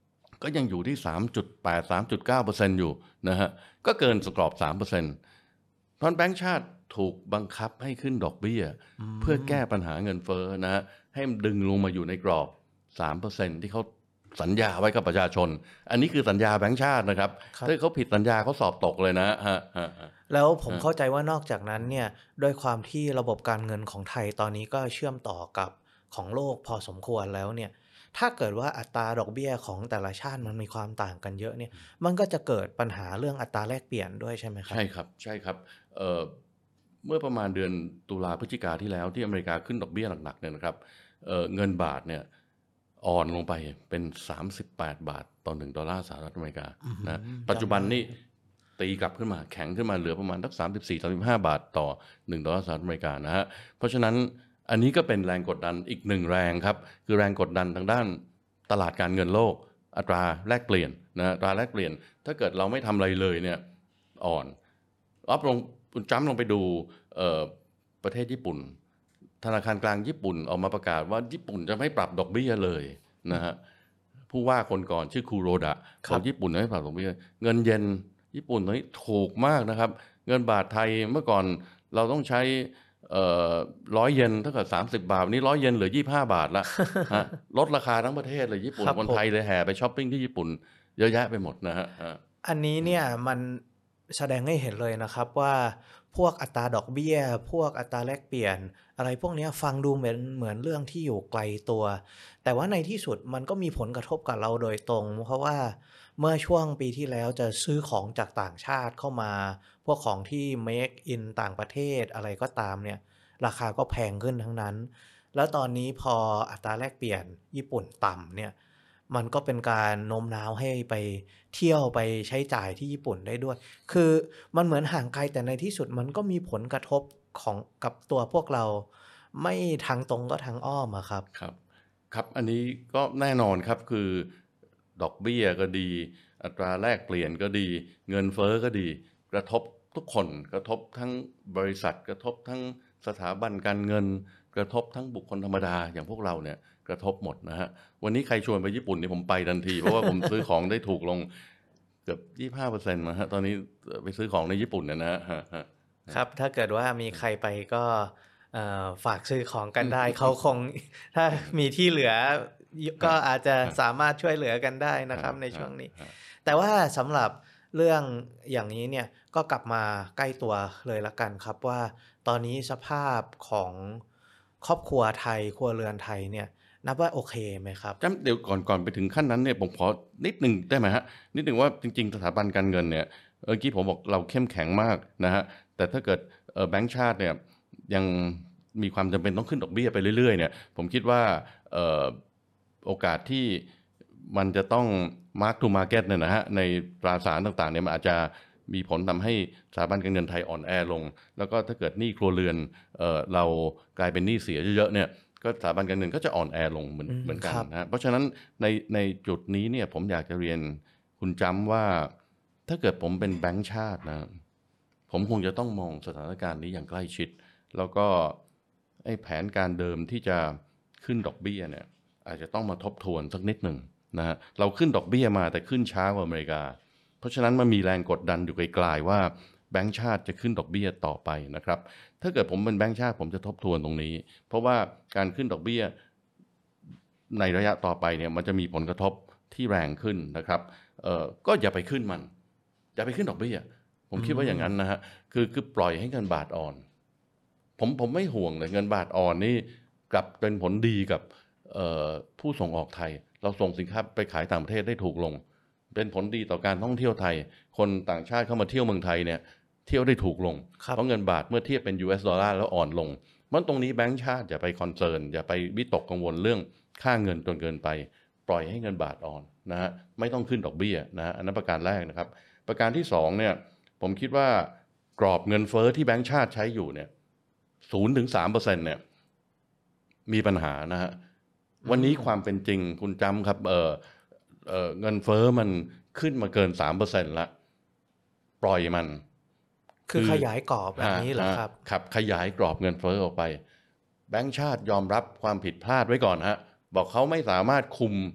ก็ยังอยู่ที่ สามจุดแปด สามจุดเก้าเปอร์เซ็นต์ อยู่นะฮะก็เกินสกรอบ สามเปอร์เซ็นต์ เพราะแบงก์ชาติถูกบังคับให้ขึ้นดอกเบี้ยเพื่อแก้ปัญหาเงินเฟ้อนะฮะให้มันดึงลงมาอยู่ในกรอบ สามเปอร์เซ็นต์ ที่เขาสัญญาไว้กับประชาชนอันนี้คือสัญญาแบงก์ชาตินะครับถ้าเขาผิดสัญญาเขาสอบตกเลยนะฮะแล้วผมเข้าใจว่านอกจากนั้นเนี่ยด้วยความที่ระบบการเงินของไทยตอนนี้ก็เชื่อมต่อกับของโลกพอสมควรแล้วเนี่ยถ้าเกิดว่าอัตราดอกเบี้ยของแต่ละชาติมันมีความต่างกันเยอะเนี่ยมันก็จะเกิดปัญหาเรื่องอัตราแลกเปลี่ยนด้วยใช่ไหมครับใช่ครับใช่ครับเอ่อเมื่อประมาณเดือนตุลาพฤศจิกาที่แล้วที่อเมริกาขึ้นดอกเบี้ยหนักๆเนี่ยนะครับเอ่อเงินบาทเนี่ยอ่อนลงไปเป็นสามสิบแปดบาทต่อหนึ่งดอลลาร์สหรัฐอเมริกานะปัจจุบันนี่ตีกลับขึ้นมาแข็งขึ้นมาเหลือประมาณสักสามสิบสี่ สามสิบห้าบาทต่อหนึ่งดอลลาร์สหรัฐอเมริกานะฮะเพราะฉะนั้นอันนี้ก็เป็นแรงกดดันอีกหนึ่งแรงครับคือแรงกดดันทางด้านตลาดการเงินโลกอัตราแลกเปลี่ยนนะอัตราแลกเปลี่ยนถ้าเกิดเราไม่ทำอะไรเลยเนี่ยอ่อนอัพลงจ้ำลงไปดูประเทศญี่ปุ่นธนาคารกลางญี่ปุ่นออกมาประกาศว่าญี่ปุ่นจะไม่ปรับดอกเบี้ยเลยนะฮะผู้ว่าคนก่อนชื่อคูโรดะของญี่ปุ่นไม่ปรับดอกเบี้ยเงินเยนญี่ปุ่นตอนนี้ถูกมากนะครับเงินบาทไทยเมื่อก่อนเราต้องใช้เอ่อร้อยเยนเท่ากับสามสิบบาทนี้ร้อยเยนเหลือยี่สิบห้าบาทละฮะลดราคาทั้งประเทศเลยญี่ปุ่นคนไทยเลยแห่ไปช้อปปิ้งที่ญี่ปุ่นเยอะแยะไปหมดนะฮะอันนี้เนี่ยมันแสดงให้เห็นเลยนะครับว่าพวกอัตราดอกเบี้ยพวกอัตราแลกเปลี่ยนอะไรพวกนี้ฟังดูเหมือนเหมือนเรื่องที่อยู่ไกลตัวแต่ว่าในที่สุดมันก็มีผลกระทบกับเราโดยตรงเพราะว่าเมื่อช่วงปีที่แล้วจะซื้อของจากต่างชาติเข้ามาพวกของที่ make in ต่างประเทศอะไรก็ตามเนี่ยราคาก็แพงขึ้นทั้งนั้นแล้วตอนนี้พออัตราแลกเปลี่ยนญี่ปุ่นต่ำเนี่ยมันก็เป็นการโน้มน้าวให้ไปเที่ยวไปใช้จ่ายที่ญี่ปุ่นได้ด้วยคือมันเหมือนห่างไกลแต่ในที่สุดมันก็มีผลกระทบของกับตัวพวกเราไม่ทางตรงก็ทางอ้อมอะครับครับครับอันนี้ก็แน่นอนครับคือดอกเบี้ยก็ดีอัตราแลกเปลี่ยนก็ดีเงินเฟ้อก็ดีกระทบทุกคนกระทบทั้งบริษัทกระทบทั้งสถาบันการเงินกระทบทั้งบุคคลธรรมดาอย่างพวกเราเนี่ยกระทบหมดนะฮะวันนี้ใครชวนไปญี่ปุ่นนี่ผมไปทันทีเพราะว่าผมซื้อของได้ถูกลงเกือบ ยี่สิบห้าเปอร์เซ็นต์ มาฮะตอนนี้ไปซื้อของในญี่ปุ่นเนี่ยนะฮะครับถ้าเกิดว่ามีใครไปก็ฝากซื้อของกันได้ เขาคงถ้ามีที่เหลือก็อาจจะสามารถช่วยเหลือกันได้นะครับในช่วงนี้แต่ว่าสำหรับเรื่องอย่างนี้เนี่ยก็กลับมาใกล้ตัวเลยละกันครับว่าตอนนี้สภาพของครอบครัวไทยครัวเรือนไทยเนี่ยนับว่าโอเคไหมครับจำเดี๋ยวก่อนก่อนไปถึงขั้นนั้นเนี่ยผมขอนิดนึงได้ไหมฮะนิดนึงว่าจริงๆสถาบันการเงินเนี่ยเมื่อกี้ผมบอกเราเข้มแข็งมากนะฮะแต่ถ้าเกิดแบงก์ชาติเนี่ยยังมีความจำเป็นต้องขึ้นดอกเบี้ยไปเรื่อยๆเนี่ยผมคิดว่าโอกาสที่มันจะต้อง mark to market เนี่ยนะฮะในตราสารต่างๆเนี่ยมันอาจจะมีผลทำให้สถาบันการเงินไทยอ่อนแอลงแล้วก็ถ้าเกิดหนี้ครัวเรือน เอ่อ เรากลายเป็นหนี้เสียเยอะๆเนี่ยก็สถาบันการเงินก็จะอ่อนแอลงเหมือนเหมือนกันนะเพราะฉะนั้นในในจุดนี้เนี่ยผมอยากจะเรียนคุณจำว่าถ้าเกิดผมเป็นแบงก์ชาตินะผมคงจะต้องมองสถานการณ์นี้อย่างใกล้ชิดแล้วก็ไอ้แผนการเดิมที่จะขึ้นดอกเบี้ยเนี่ยอาจจะต้องมาทบทวนสักนิดหนึ่งนะฮะเราขึ้นดอกเบี้ยมาแต่ขึ้นช้ากว่าอเมริกาเพราะฉะนั้นมันมีแรงกดดันอยู่ไกลๆว่าแบงก์ชาติจะขึ้นดอกเบี้ยต่อไปนะครับถ้าเกิดผมเป็นแบงก์ชาติผมจะทบทวนตรงนี้เพราะว่าการขึ้นดอกเบี้ยในระยะต่อไปเนี่ยมันจะมีผลกระทบที่แรงขึ้นนะครับเอ่อก็อย่าไปขึ้นมันอย่าไปขึ้นดอกเบี้ยผมคิดว่าอย่างนั้นนะฮะคือคือปล่อยให้เงินบาทอ่อนผมผมไม่ห่วงเลยเงินบาทอ่อนนี่กลับเป็นผลดีกับผู้ส่งออกไทยเราส่งสินค้าไปขายต่างประเทศได้ถูกลงเป็นผลดีต่อการท่องเที่ยวไทยคนต่างชาติเข้ามาเที่ยวเมืองไทยเนี่ยเที่ยวได้ถูกลงเพราะเงินบาทเมื่อเทียบเป็น ยู เอส ดอลลาร์แล้วอ่อนลงมันตรงนี้แบงก์ชาติอย่าไปคอนเซิร์นอย่าไปวิตกกังวลเรื่องค่าเงินจนเกินไปปล่อยให้เงินบาทอ่อนนะฮะไม่ต้องขึ้นดอกเบี้ยนะฮะอันนั้นประการแรกนะครับประการที่สองเนี่ยผมคิดว่ากรอบเงินเฟ้อที่แบงก์ชาติใช้อยู่เนี่ย ศูนย์ถึงสามเปอร์เซ็นต์ เนี่ยมีปัญหานะฮะวันนี้ความเป็นจริงคุณจำครับเออเออเงินเฟ้อมันขึ้นมาเกิน สามเปอร์เซ็นต์ ละปล่อยมันคือขยายกรอบแบบนี้เหรอครับครับขยายกรอบเงินเฟ้อออกไปแบงก์ชาติยอมรับความผิดพลาดไว้ก่อนฮะบอกเขาไม่สามารถคุม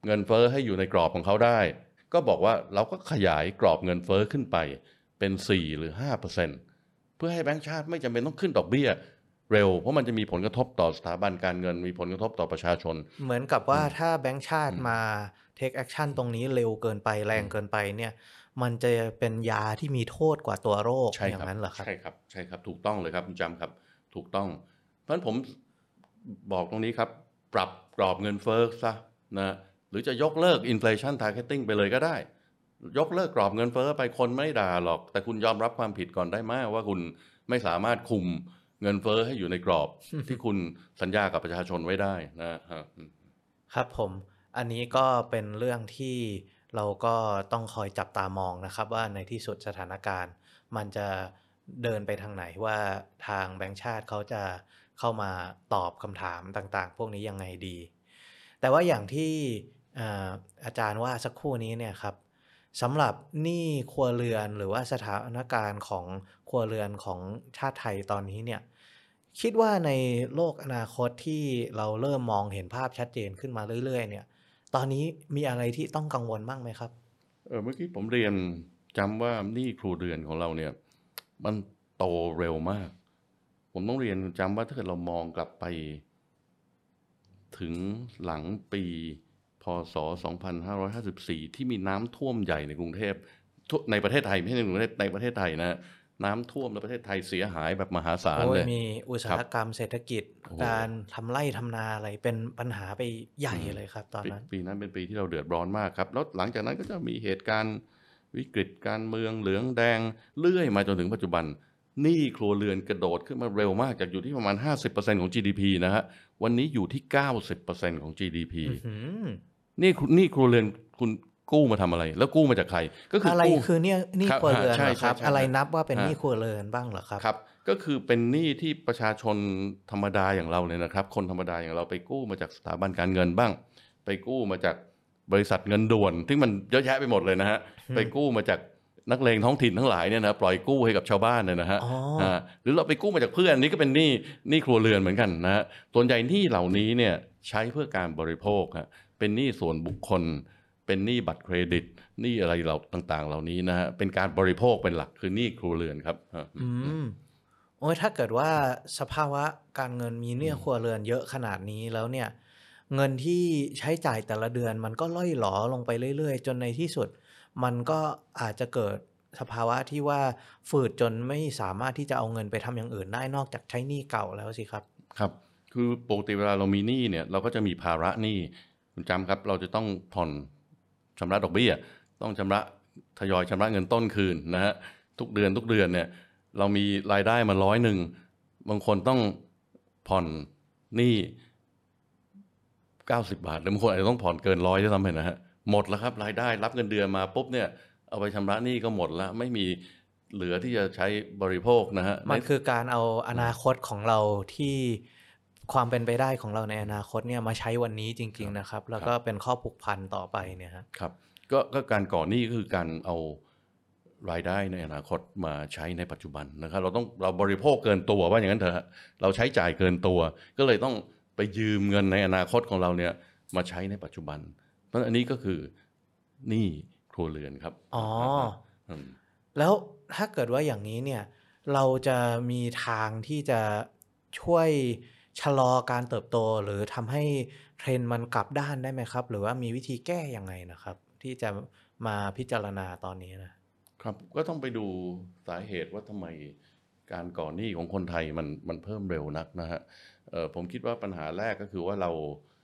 เงินเฟ้อให้อยู่ในกรอบของเขาได้ก็บอกว่าเราก็ขยายกรอบเงินเฟ้อขึ้นไปเป็นสี่หรือ ห้าเปอร์เซ็นต์ เพื่อให้แบงก์ชาติไม่จำเป็นต้องขึ้นดอกเบี้ยเร็วเพราะมันจะมีผลกระทบต่อสถาบันการเงินมีผลกระทบต่อประชาชนเหมือนกับว่าถ้าแบงก์ชาติมา take action ตรงนี้เร็วเกินไปแรงเกินไปเนี่ยมันจะเป็นยาที่มีโทษกว่าตัวโรคอย่างนั้นเหรอครับใช่ครับใช่ครับถูกต้องเลยครับคุณจำครับถูกต้องเพราะฉะนั้นผมบอกตรงนี้ครับปรับกรอบเงินเฟ้อซะนะหรือจะยกเลิก inflation targeting ไปเลยก็ได้ยกเลิกกรอบเงินเฟ้อไปคนไม่ด่าหรอกแต่คุณยอมรับความผิดก่อนได้ไหมว่าคุณไม่สามารถคุมเงินเฟ้อให้อยู่ในกรอบ ที่คุณสัญญากับประชาชนไว้ได้นะครับผมอันนี้ก็เป็นเรื่องที่เราก็ต้องคอยจับตามองนะครับว่าในที่สุดสถานการณ์มันจะเดินไปทางไหนว่าทางแบงก์ชาติเขาจะเข้ามาตอบคำถามต่างๆพวกนี้ยังไงดีแต่ว่าอย่างที่อาจารย์ว่าสักครู่นี้เนี่ยครับสำหรับหนี้ครัวเรือนหรือว่าสถานการณ์ของครัวเรือนของชาติไทยตอนนี้เนี่ยคิดว่าในโลกอนาคตที่เราเริ่มมองเห็นภาพชัดเจนขึ้นมาเรื่อยๆเนี่ยตอนนี้มีอะไรที่ต้องกังวลบ้างไหมครับเออเมื่อกี้ผมเรียนจำว่าหนี้ครัวเรือนของเราเนี่ยมันโตเร็วมากผมต้องเรียนจำว่าถ้าเกิดเรามองกลับไปถึงหลังปีพ.ศ. สองพันห้าร้อยห้าสิบสี่ที่มีน้ำท่วมใหญ่ในกรุงเทพในประเทศไทยไม่ใช่ในกรุงเทพในประเทศไทยนะน้ำท่วมในประเทศไทยเสียหายแบบมหาศาลเลยมีอุตสาหกรรมเศรษฐกิจการทำไร่ทำนาอะไรเป็นปัญหาไปใหญ่เลยครับตอนนั้นปีนั้นเป็นปีที่เราเดือดร้อนมากครับแล้วหลังจากนั้นก็จะมีเหตุการณ์วิกฤตการเมืองเหลืองแดงเลื่อยมาจนถึงปัจจุบันหนี้ครัวเรือนกระโดดขึ้นมาเร็วมากจากอยู่ที่ประมาณ ห้าสิบเปอร์เซ็นต์ ของ จี ดี พี นะฮะวันนี้อยู่ที่ เก้าสิบเปอร์เซ็นต์ ของ จี ดี พี นี่นี่ครัวเรือนคุณกู้มาทำอะไรแล้วกู้มาจากใครก็คืออะไรคือเนี่ยนี่ครัวเรือนครับอะไรนับว่าเป็นหนี้ครัวเรือนบ้างเหรอครับครับก็คือเป็นหนี้ที่ประชาชนธรรมดาอย่างเราเนี่ยนะครับคนธรรมดาอย่างเราไปกู้มาจากสถาบันการเงินบ้างไปกู้มาจากบริษัทเงินด่วนที่มันเยอะแยะไปหมดเลยนะฮะไปกู้มาจากนักเลงท้องถิ่นทั้งหลายเนี่ยนะปล่อยกู้ให้กับชาวบ้านเนี่ยนะฮะหรือเราไปกู้มาจากเพื่อนนี่ก็เป็นหนี้หนี้ครัวเรือนเหมือนกันนะฮะส่วนใหญ่หนี้เหล่านี้เนี่ยใช้เพื่อการบริโภคฮะเป็นหนี้ส่วนบุคคลเป็นหนี้บัตรเครดิตหนี้อะไรเราต่างๆเหล่านี้นะฮะเป็นการบริโภคเป็นหลักคือหนี้ครัวเรือนครับอืมโอ้ยถ้าเกิดว่าสภาวะการเงินมีหนี้ครัวเรือนเยอะขนาดนี้แล้วเนี่ยเงินที่ใช้จ่ายแต่ละเดือนมันก็ล่อยหลอลงไปเรื่อยๆจนในที่สุดมันก็อาจจะเกิดสภาวะที่ว่าฝืดจนไม่สามารถที่จะเอาเงินไปทำอย่างอื่นได้นอกจากใช้หนี้เก่าแล้วสิครับครับคือปกติเวลาเรามีหนี้เนี่ยเราก็จะมีภาระหนี้คุณจำครับเราจะต้องผ่อนชำระดอกเบี้ยต้องชำระทยอยชำระเงินต้นคืนนะฮะทุกเดือนทุกเดือนเนี่ยเรามีรายได้มาร้อยหนึ่งบางคนต้องผ่อนหนี้เก้าสิบบาทแล้วบางคนอาจจะต้องผ่อนเกินร้อยด้วยซ้ำไปนะฮะหมดแล้วครับรายได้รับเงินเดือนมาปุ๊บเนี่ยเอาไปชำระหนี้ก็หมดแล้วไม่มีเหลือที่จะใช้บริโภคนะฮะมันคือการเอาอนาคตของเราที่ความเป็นไปได้ของเราในอนาคตเนี่ยมาใช้วันนี้จริงๆนะครับแล้วก็เป็นข้อผูกพันต่อไปเนี่ยครับก็ก็การก่อหนี้ก็คือการเอารายได้ในอนาคตมาใช้ในปัจจุบันนะครับเราต้องเราบริโภคเกินตัวว่าอย่างนั้นเถอะเราใช้จ่ายเกินตัวก็เลยต้องไปยืมเงินในอนาคตของเราเนี่ยมาใช้ในปัจจุบันเพราะอันนี้ก็คือหนี้ครัวเรือนครับอ๋อแล้วถ้าเกิดว่าอย่างนี้เนี่ยเราจะมีทางที่จะช่วยชะลอการเติบโตหรือทำให้เทรนด์มันกลับด้านได้ไหมครับหรือว่ามีวิธีแก้ยังไงนะครับที่จะมาพิจารณาตอนนี้นะครับก็ต้องไปดูสาเหตุว่าทำไมการก่อหนี้ของคนไทยมันมันเพิ่มเร็วนักนะฮะผมคิดว่าปัญหาแรกก็คือว่าเรา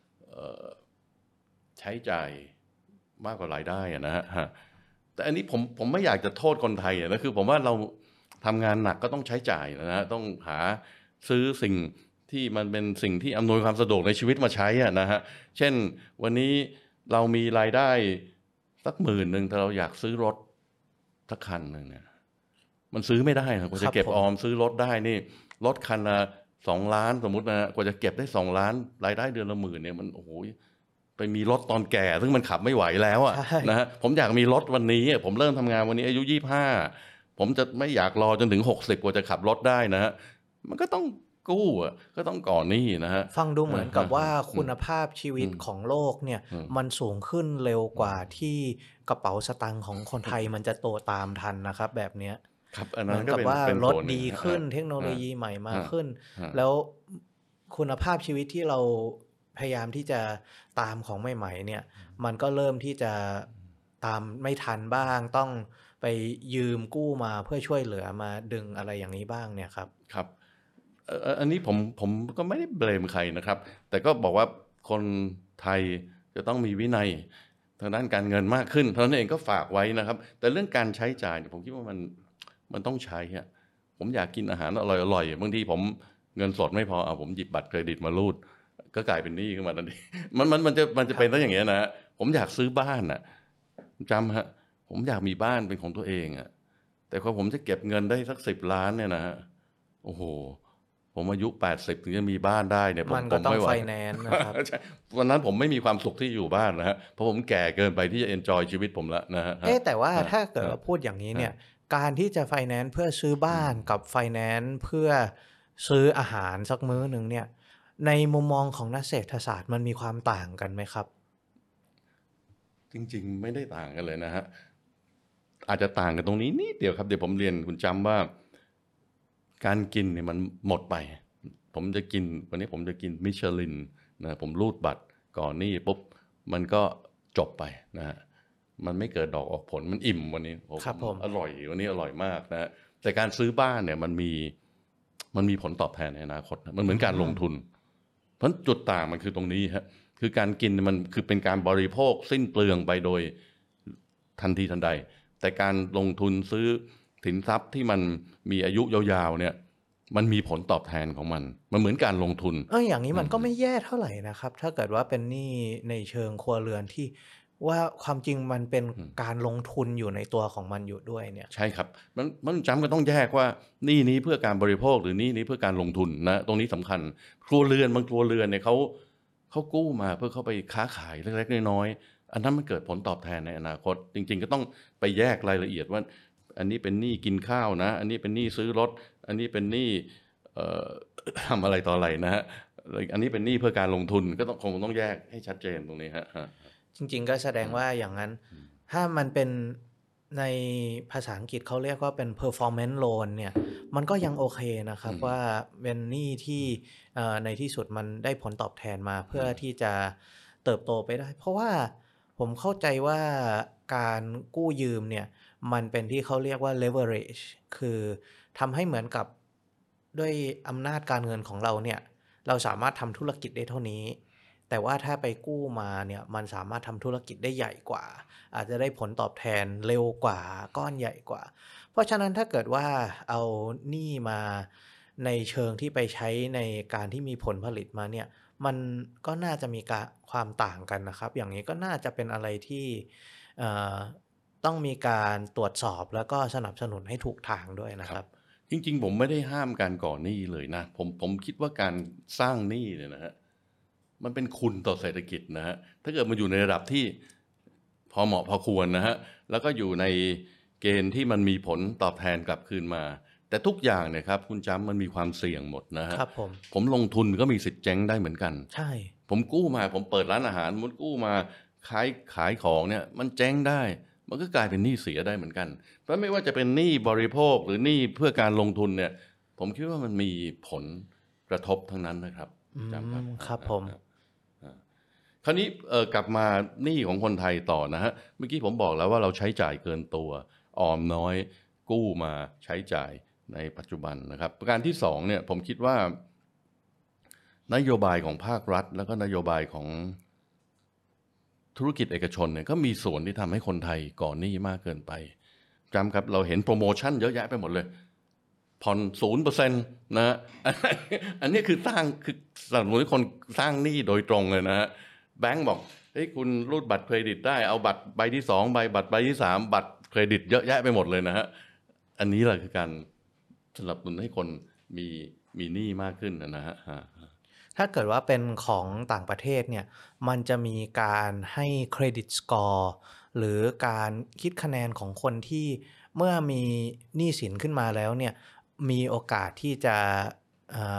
ใช้จ่ายมากกว่ารายได้นะฮะแต่อันนี้ผมผมไม่อยากจะโทษคนไทยนะคือผมว่าเราทำงานหนักก็ต้องใช้จ่ายนะฮะต้องหาซื้อสิ่งที่มันเป็นสิ่งที่อำนวยความสะดวกในชีวิตมาใช้อ่ะนะฮะเช่นวันนี้เรามีรายได้สักหมื่นหนึ่งแต่เราอยากซื้อรถสักคันหนึ่งเนี่ยมันซื้อไม่ได้นะกว่าจะเก็บออมซื้อรถได้นี่รถคันละสองล้านสมมุตินะกว่าจะเก็บได้สองล้านรายได้เดือนละหมื่นเนี่ยมันโอ้โหไปมีรถตอนแก่ซึ่งมันขับไม่ไหวแล้วอ่ะนะฮะผมอยากมีรถวันนี้ผมเริ่มทำงานวันนี้อายุยี่สิบห้าผมจะไม่อยากรอจนถึงหกสิบกว่าจะขับรถได้นะฮะมันก็ต้องกู้ก็ต้องก่อหนี้นะฮะฟังดูเหมือนกับว่าคุณภาพชีวิตของโลกเนี่ยมันสูงขึ้นเร็วกว่าที่กระเป๋าสตางค์ของคนไทยมันจะโตตามทันนะครับแบบเนี้ยครับเหมือนกับว่ารถดีขึ้นเทคโนโลยีใหม่มาขึ้นแล้วคุณภาพชีวิตที่เราพยายามที่จะตามของใหม่ๆเนี่ยมันก็เริ่มที่จะตามไม่ทันบ้างต้องไปยืมกู้มาเพื่อช่วยเหลือมาดึงอะไรอย่างนี้บ้างเนี่ยครับครับอันนี้ผมผมก็ไม่ได้เบลมใครนะครับแต่ก็บอกว่าคนไทยจะต้องมีวินัยทางด้านการเงินมากขึ้นเพราะนั้นเองก็ฝากไว้นะครับแต่เรื่องการใช้จ่ายผมคิดว่ามันมันต้องใช้ฮะผมอยากกินอาหารอร่อยๆบางทีผมเงินสดไม่พอเอาผมหยิบบัตรเครดิตมารูดก็กลายเป็นหนี้ขึ้นมาทันทีมันมันมันจะมันจะเป็นได้อย่างเงี้ยนะผมอยากซื้อบ้านน่ะจำฮะผมอยากมีบ้านเป็นของตัวเองอ่ะแต่พอผมจะเก็บเงินได้สักสิบล้านเนี่ยนะฮะโอ้โหผมอายุแปดสิบถึงจะมีบ้านได้เนี่ยผมก็ต้องไฟแนนซ์นะครับวันนั้นผมไม่มีความสุขที่อยู่บ้านนะฮะเพราะผมแก่เกินไปที่จะเอนจอยชีวิตผมละนะฮะเอ๊ะแต่ว่าถ้าเกิดว่าพูดอย่างนี้เนี่ยการที่จะไฟแนนซ์เพื่อซื้อบ้านกับไฟแนนซ์เพื่อซื้ออาหารสักมื้อนึงเนี่ยในมุมมองของนักเศรษฐศาสตร์มันมีความต่างกันไหมครับจริงๆไม่ได้ต่างกันเลยนะฮะอาจจะต่างกันตรงนี้นิดเดียวครับเดี๋ยวผมเรียนคุณจำว่าการกินเนี่ยมันหมดไปผมจะกินวันนี้ผมจะกินมิชลินนะผมรูดบัตรก่อนนี่ปุ๊บมันก็จบไปนะฮะมันไม่เกิดดอกออกผลมันอิ่มวันนี้ผมอร่อยวันนี้อร่อยมากนะแต่การซื้อบ้านเนี่ยมันมีมันมีผลตอบแทนในอนาคตมันเหมือนการลงทุนเพราะจุดต่างมันคือตรงนี้ฮะคือการกินมันคือเป็นการบริโภคสิ้นเปลืองไปโดยทันทีทันใดแต่การลงทุนซื้อสินทรัพย์ที่มันมีอายุยาวๆเนี่ยมันมีผลตอบแทนของมันมันเหมือนการลงทุนเอออย่างนี้มันก็ไม่แย่เท่าไหร่นะครับถ้าเกิดว่าเป็นหนี้ในเชิงครัวเรือนที่ว่าความจริงมันเป็นการลงทุนอยู่ในตัวของมันอยู่ด้วยเนี่ยใช่ครับมันมันจำก็ต้องแยกว่าหนี้นี้เพื่อการบริโภคหรือหนี้นี้เพื่อการลงทุนนะตรงนี้สำคัญครัวเรือนบางครัวเรือนเนี่ยเขาเขากู้มาเพื่อเข้าไปค้าขายเล็กๆน้อยๆอันนั้นมันเกิดผลตอบแทนในอนาคตจริงๆก็ต้องไปแยกรายละเอียดว่าอันนี้เป็นหนี้กินข้าวนะอันนี้เป็นหนี้ซื้อรถอันนี้เป็นหนี้เอ่อทำอะไรต่ออะไรนะฮะอันนี้เป็นหนี้เพื่อการลงทุนก็ต้องคงต้องแยกให้ชัดเจนตรงนี้ฮะจริงๆก็แสดงว่าอย่างนั้นถ้ามันเป็นในภาษาอังกฤษเขาเรียกว่าเป็น performance loan เนี่ยมันก็ยังโอเคนะครับว่าเป็นหนี้ที่ในที่สุดมันได้ผลตอบแทนมาเพื่อที่จะเติบโตไปได้เพราะว่าผมเข้าใจว่าการกู้ยืมเนี่ยมันเป็นที่เขาเรียกว่า leverage คือทำให้เหมือนกับด้วยอำนาจการเงินของเราเนี่ยเราสามารถทำธุรกิจได้เท่านี้แต่ว่าถ้าไปกู้มาเนี่ยมันสามารถทำธุรกิจได้ใหญ่กว่าอาจจะได้ผลตอบแทนเร็วกว่าก้อนใหญ่กว่าเพราะฉะนั้นถ้าเกิดว่าเอาหนี้มาในเชิงที่ไปใช้ในการที่มีผลผลิตมาเนี่ยมันก็น่าจะมีความต่างกันนะครับอย่างนี้ก็น่าจะเป็นอะไรที่ต้องมีการตรวจสอบแล้วก็สนับสนุนให้ถูกทางด้วยนะครับจริงๆผมไม่ได้ห้ามการก่อหนี้เลยนะผมผมคิดว่าการสร้างหนี้เนี่ยนะฮะมันเป็นคุณต่อเศรษฐกิจนะฮะถ้าเกิดมันอยู่ในระดับที่พอเหมาะพอควรนะฮะแล้วก็อยู่ในเกณฑ์ที่มันมีผลตอบแทนกลับคืนมาแต่ทุกอย่างเนี่ยครับคุณจำมันมีความเสี่ยงหมดนะฮะครับผมผมลงทุนก็มีสิทธิ์เจ๊งได้เหมือนกันใช่ผมกู้มาผมเปิดร้านอาหารมุดกู้มาขายขายของเนี่ยมันเจ๊งได้มันก็กลายเป็นหนี้เสียได้เหมือนกันเพราะไม่ว่าจะเป็นหนี้บริโภคหรือหนี้เพื่อการลงทุนเนี่ยผมคิดว่ามันมีผลกระทบทั้งนั้นนะครับจำครับครับผมคราวนี้เอ่อกลับมาหนี้ของคนไทยต่อนะฮะเมื่อกี้ผมบอกแล้วว่าเราใช้จ่ายเกินตัวออมน้อยกู้มาใช้จ่ายในปัจจุบันนะครับประการที่สองเนี่ยผมคิดว่านโยบายของภาครัฐแล้วก็นโยบายของธุรกิจเอกชนเนี่ยก็มีส่วนที่ทำให้คนไทยก่อหนี้มากเกินไปจำครับเราเห็นโปรโมชั่นเยอะแยะไปหมดเลยผ่อน ศูนย์เปอร์เซ็นต์ นะฮะอันนี้คือสร้างคือสนับสนุนให้คนสร้างหนี้โดยตรงเลยนะฮะแบงก์บอกเฮ้ยคุณรูดบัตรเครดิตได้เอาบัตรใบที่สองใบบัตรใบที่สามบัตรเครดิตเยอะแยะไปหมดเลยนะฮะอันนี้แหละคือการสนับสนุนให้คนมีมีหนี้มากขึ้นนะฮะถ้าเกิดว่าเป็นของต่างประเทศเนี่ยมันจะมีการให้เครดิตสกอร์หรือการคิดคะแนนของคนที่เมื่อมีหนี้สินขึ้นมาแล้วเนี่ยมีโอกาสที่จะ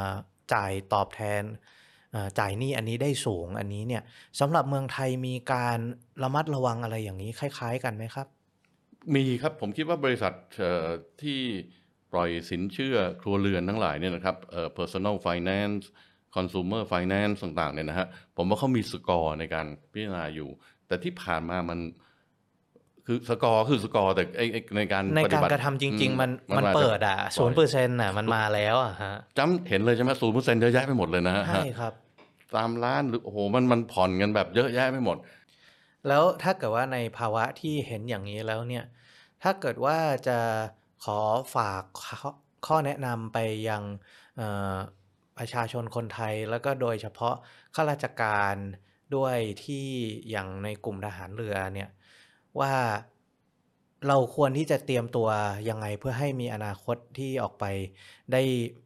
จ่ายตอบแทนจ่ายหนี้อันนี้ได้สูงอันนี้เนี่ยสำหรับเมืองไทยมีการระมัดระวังอะไรอย่างนี้คล้ายๆกันไหมครับมีครับผมคิดว่าบริษัทที่ปล่อยสินเชื่อครัวเรือนทั้งหลายเนี่ยนะครับเอ่อ personal finance consumer finance ต่างๆเนี่ยนะฮะผมว่าเขามีสกอร์ในการพิจารณาอยู่แต่ที่ผ่านมามันคือสกอร์คือสกอร์แต่ในการในการกระทำจริงๆมันมันเปิดอ่ะ ศูนย์เปอร์เซ็นต์ น่ะมันมาแล้วอ่ะฮะจำเห็นเลยใช่ไหม ศูนย์เปอร์เซ็นต์ เยอะแยะไปหมดเลยนะฮะใช่ครับตามร้านหรือโอ้โหมันมันผ่อนกันแบบเยอะแยะไปหมดแล้วถ้าเกิดว่าในภาวะที่เห็นอย่างนี้แล้วเนี่ยถ้าเกิดว่าจะขอฝากข้อแนะนำไปยังประชาชนคนไทยแล้วก็โดยเฉพาะข้าราชการด้วยที่อย่างในกลุ่มทหารเรือเนี่ยว่าเราควรที่จะเตรียมตัวยังไงเพื่อให้มีอนาคตที่ออกไปได้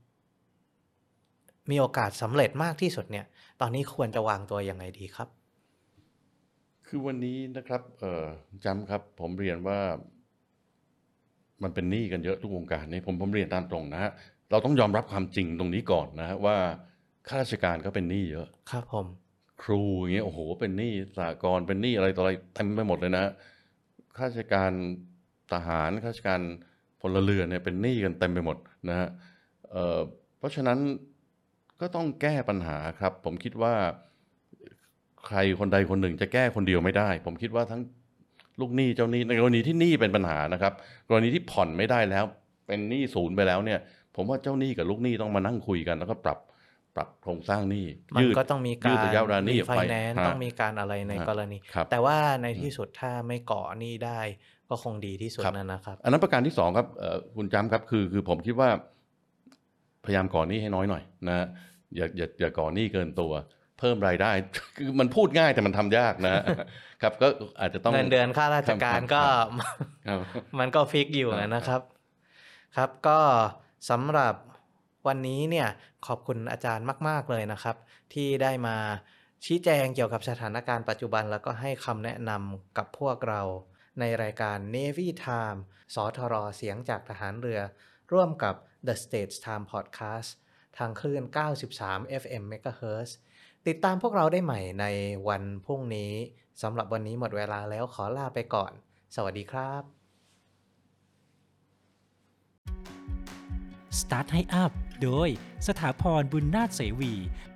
มีโอกาสสำเร็จมากที่สุดเนี่ยตอนนี้ควรจะวางตัวยังไงดีครับคือวันนี้นะครับเอ่อจำครับผมเรียนว่ามันเป็นหนี้กันเยอะทุกวงการนี่ผมผมเรียนตามตรงนะฮะเราต้องยอมรับความจริงตรงนี้ก่อนนะฮะว่าข้าราชการก็เป็นหนี้เยอะครับผมครูอย่างเงี้ยโอ้โหเป็นหนี้สหกรณ์เป็นหนี้อะไรต่ออะไรเต็มไปหมดเลยนะข้าราชการทหารข้าราชการพลเรือนเนี่ยเป็นหนี้กันเต็มไปหมดนะฮะเอ่อเพราะฉะนั้นก็ต้องแก้ปัญหาครับผมคิดว่าใครคนใดคนหนึ่งจะแก้คนเดียวไม่ได้ผมคิดว่าทั้งลูกหนี้เจ้าหนี้ในกรณีที่หนี้เป็นปัญหานะครับกรณีที่ผ่อนไม่ได้แล้วเป็นหนี้ศูนย์ไปแล้วเนี่ยผมว่าเจ้าหนี้กับลูกหนี้ต้องมานั่งคุยกันแล้วก็ปรับปรับโครงสร้างหนี้มันก็ต้องมีการรีไฟแนนซ์ต้องมีการอะไรในกรณีแต่ว่าในที่สุดถ้าไม่ก่อหนี้ได้ก็คงดีที่สุดนั่นนะครับอันนั้นประการที่สองครับคุณจำครับคือคือผมคิดว่าพยายามก่อหนี้ให้น้อยหน่อยนะอย่าอย่าอย่าก่อหนี้เกินตัวเพิ่มรายได้คือมันพูดง่ายแต่มันทำยากนะครับก็อาจจะต้องเงินเดือนค่าราชการก็มันก็ฟิกอยู่นะครับครับก็สำหรับวันนี้เนี่ยขอบคุณอาจารย์มากๆเลยนะครับที่ได้มาชี้แจงเกี่ยวกับสถานการณ์ปัจจุบันแล้วก็ให้คำแนะนำกับพวกเราในรายการ Navy Time สทรเสียงจากทหารเรือร่วมกับ The States Time Podcast ทางคลื่น เก้าสิบสาม เอฟ เอ็ม เมกะเฮิรตซ์ ติดตามพวกเราได้ใหม่ในวันพรุ่งนี้สำหรับวันนี้หมดเวลาแล้วขอลาไปก่อนสวัสดีครับ Start ให้อัพโดยสถาพรบุญนาถเสวี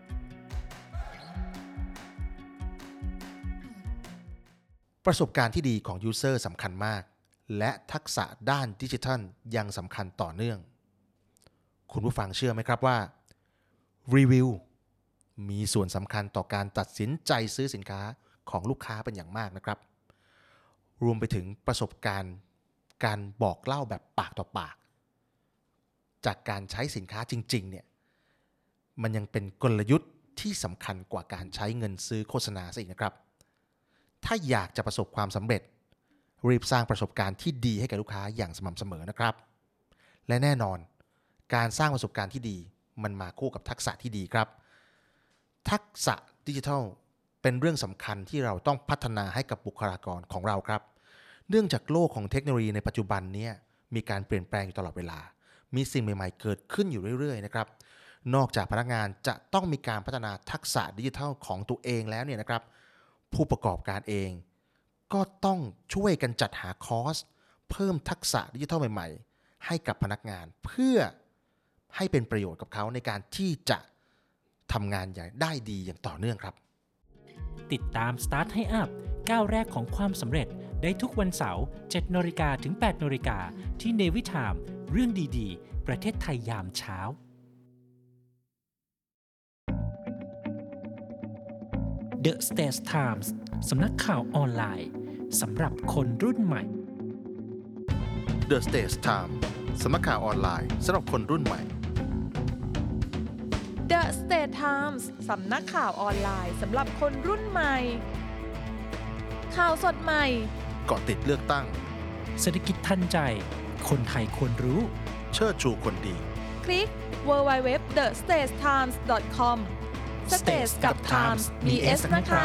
ประสบการณ์ที่ดีของยูเซอร์สำคัญมากและทักษะด้านดิจิทัลยังสำคัญต่อเนื่องคุณผู้ฟังเชื่อไหมครับว่ารีวิวมีส่วนสำคัญต่อการตัดสินใจซื้อสินค้าของลูกค้าเป็นอย่างมากนะครับรวมไปถึงประสบการณ์การบอกเล่าแบบปากต่อปากจากการใช้สินค้าจริงๆเนี่ยมันยังเป็นกลยุทธ์ที่สำคัญกว่าการใช้เงินซื้อโฆษณาซะอีกนะครับถ้าอยากจะประสบความสำเร็จรีบสร้างประสบการณ์ที่ดีให้กับลูกค้าอย่างสม่ำเสมอนะครับและแน่นอนการสร้างประสบการณ์ที่ดีมันมาคู่กับทักษะที่ดีครับทักษะดิจิทัลเป็นเรื่องสำคัญที่เราต้องพัฒนาให้กับบุคลากรของเราครับเนื่องจากโลกของเทคโนโลยีในปัจจุบันนี้มีการเปลี่ยนแปลงอยู่ตลอดเวลามีสิ่งใหม่ๆเกิดขึ้นอยู่เรื่อยๆนะครับนอกจากพนักงานจะต้องมีการพัฒนาทักษะดิจิทัลของตัวเองแล้วเนี่ยนะครับผู้ประกอบการเองก็ต้องช่วยกันจัดหาคอร์สเพิ่มทักษะดิจิทัลใหม่ๆให้กับพนักงานเพื่อให้เป็นประโยชน์กับเขาในการที่จะทำงานอย่างได้ดีอย่างต่อเนื่องครับติดตาม Start ให้อัพก้าวแรกของความสำเร็จได้ทุกวันเสาร์ เจ็ดนาฬิกา ถึง แปดนาฬิกา ที่ Navy Time เรื่องดีๆประเทศไทยยามเช้า The States Times สำนักข่าวออนไลน์สำหรับคนรุ่นใหม่ The States Time สำนักข่าวออนไลน์สำหรับคนรุ่นใหม่ The States Times สำนักข่าวออนไลน์สำหรับคนรุ่นใหม่ข่าวสดใหม่เกาะติดเลือกตั้งเศรษฐกิจทันใจคนไทยควรรู้เชิดชูคนดีคลิก ดับเบิลยู ดับเบิลยู ดับเบิลยู ดอท สเตทไทมส์ ดอท คอม States กับ Times มี S นะคะ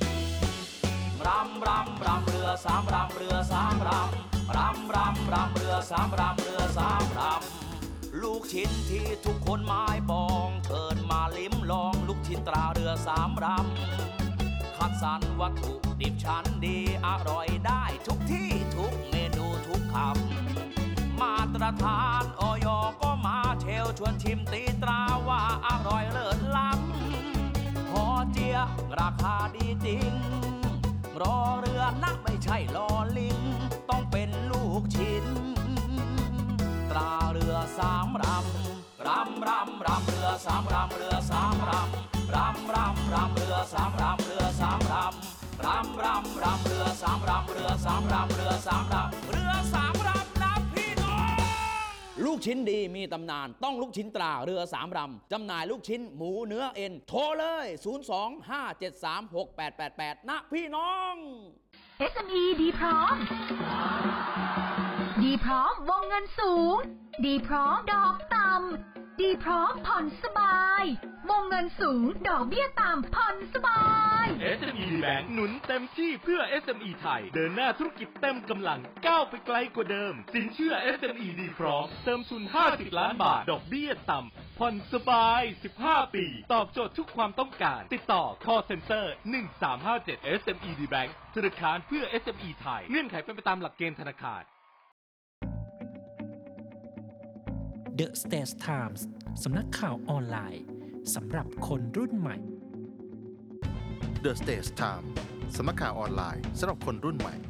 รำรำรำเรือสามรำเรือสามรำรำรำรำเรือสามรำเรือสามรำลูกชิ้นที่ทุกคนหมายปองเชิญมาลิ้มลองลูกชิ้นตราเรือสามรำคัดสรรวัตถุดิบชั้นดีอร่อยได้ทุกที่ทุกเมนูทุกคำมาตรฐานอย.ก็มาเชลชวนชิมตีตราว่าอร่อยเลิศล้ำหอเจียราคาดีจริงรอเรือนะไม่ใช่ลอลิงต้องเป็นลูกชิ้นตราเรือสามรำรำรำรำเรือสามรำเรือสามรำรำรำรำเรือสามรำเรือสามรำรำรำรำเรือสามรำเรือสามรำเรือสามรำเรือสามรำนะพี่น้องลูกชิ้นดีมีตำนานต้องลูกชิ้นตราเรือสามรำจำหน่ายลูกชิ้นหมูเนื้อเอ็นโทรเลยศูนย์ สอง ห้า เจ็ด สาม หก แปด แปด แปดนะพี่น้องเอส เอ็ม อี ดีพร้อมดีพร้อมวงเงินสูงดีพร้อมดอกต่ำดีพร้อมผ่อนสบายวงเงินสูงดอกเบี้ยต่ำผ่อนสบายเอส เอ็ม อี Bank หนุนเต็มที่เพื่อ เอส เอ็ม อี ไทยเดินหน้าธุรกิจเต็มกำลังก้าวไปไกลกว่าเดิมสินเชื่อ เอส เอ็ม อี ดีพร้อมเติมทุนห้าสิบล้านบาทดอกเบี้ยต่ำผ่อนสบายสิบห้าปีตอบโจทย์ทุกความต้องการติดต่อ call center หนึ่งสามห้าเจ็ด เอส เอ็ม อี Bank ธนาคารเพื่อ เอส เอ็ม อี ไทยเงื่อนไขเป็นไปตามหลักเกณฑ์ธนาคาร The States Times สำนักข่าวออนไลน์สำหรับคนรุ่นใหม่ The States Times สำนักข่าวออนไลน์สำหรับคนรุ่นใหม่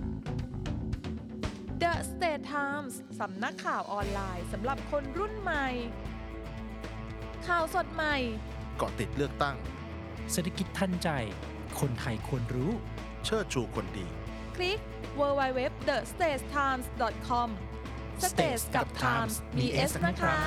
The States Times สำนักข่าวออนไลน์สำหรับคนรุ่นใหม่ข่าวสดใหม่เกาะติดเลือกตั้งเศรษฐกิจทันใจคนไทยควรรู้เชิดชูคนดีคลิก ดับเบิลยู ดับเบิลยู ดับเบิลยู ดอท เดอะ สเตทส์ ไทมส์ ดอท คอม States กับ Times มี S นะคะ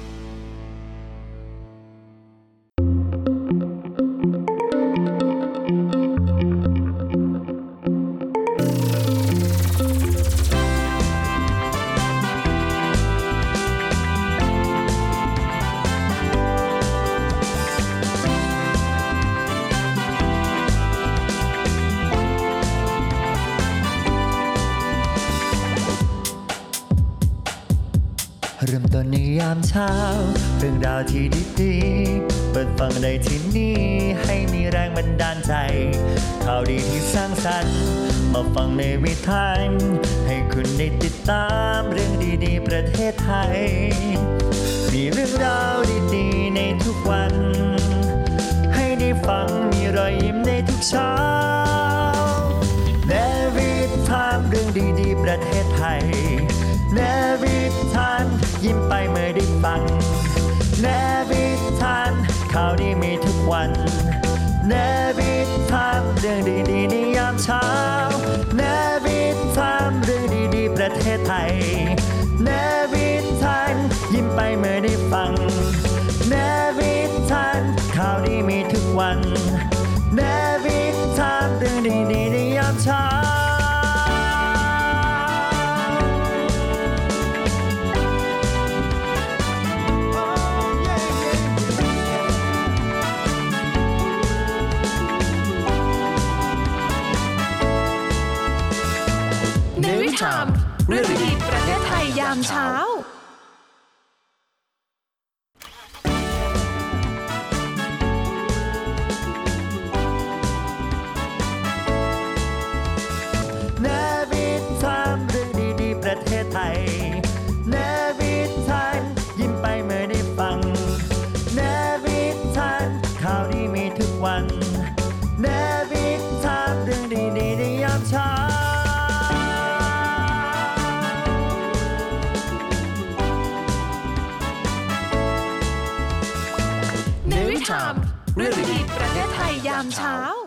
เริ่มต้นในยามเช้าเรื่องราวที่ดีๆเปิดฟังได้ที่นี่ให้มีแรงบันดาลใจข่าวดีที่สร้างสรรค์มาฟังในวิถีให้คุณได้ติดตามเรื่องดีๆประเทศไทยมีเรื่องราวดีๆในทุกวันให้ได้ฟังมีรอยยิ้มในทุกเช้าในวิถีเรื่องดีๆประเทศไทยในวิถียิ้มไปเมื่อได้ฟังในวิถีข่าวดีมีทุกวันในวิถีเรื่องดีๆในยามเช้าในวิถีเรื่องดีๆประเทศไทยในวิถียิ้มไปเมื่อได้ฟังในวิถีข่าวดีมีทุกวันในวิถีเรื่องดีๆในยามเช้าเรื่องดีๆประเทศไทยยามเช้าเนวิทามเรื่องดีๆประเทศไทยเนวิทามยิ้มไปเมื่อได้ฟังเนวิทามข่าวดีมีทุกวันเนวิทามเรื่องดีๆในยามเช้าเรื่องดีๆประเทศไทยยามเช้า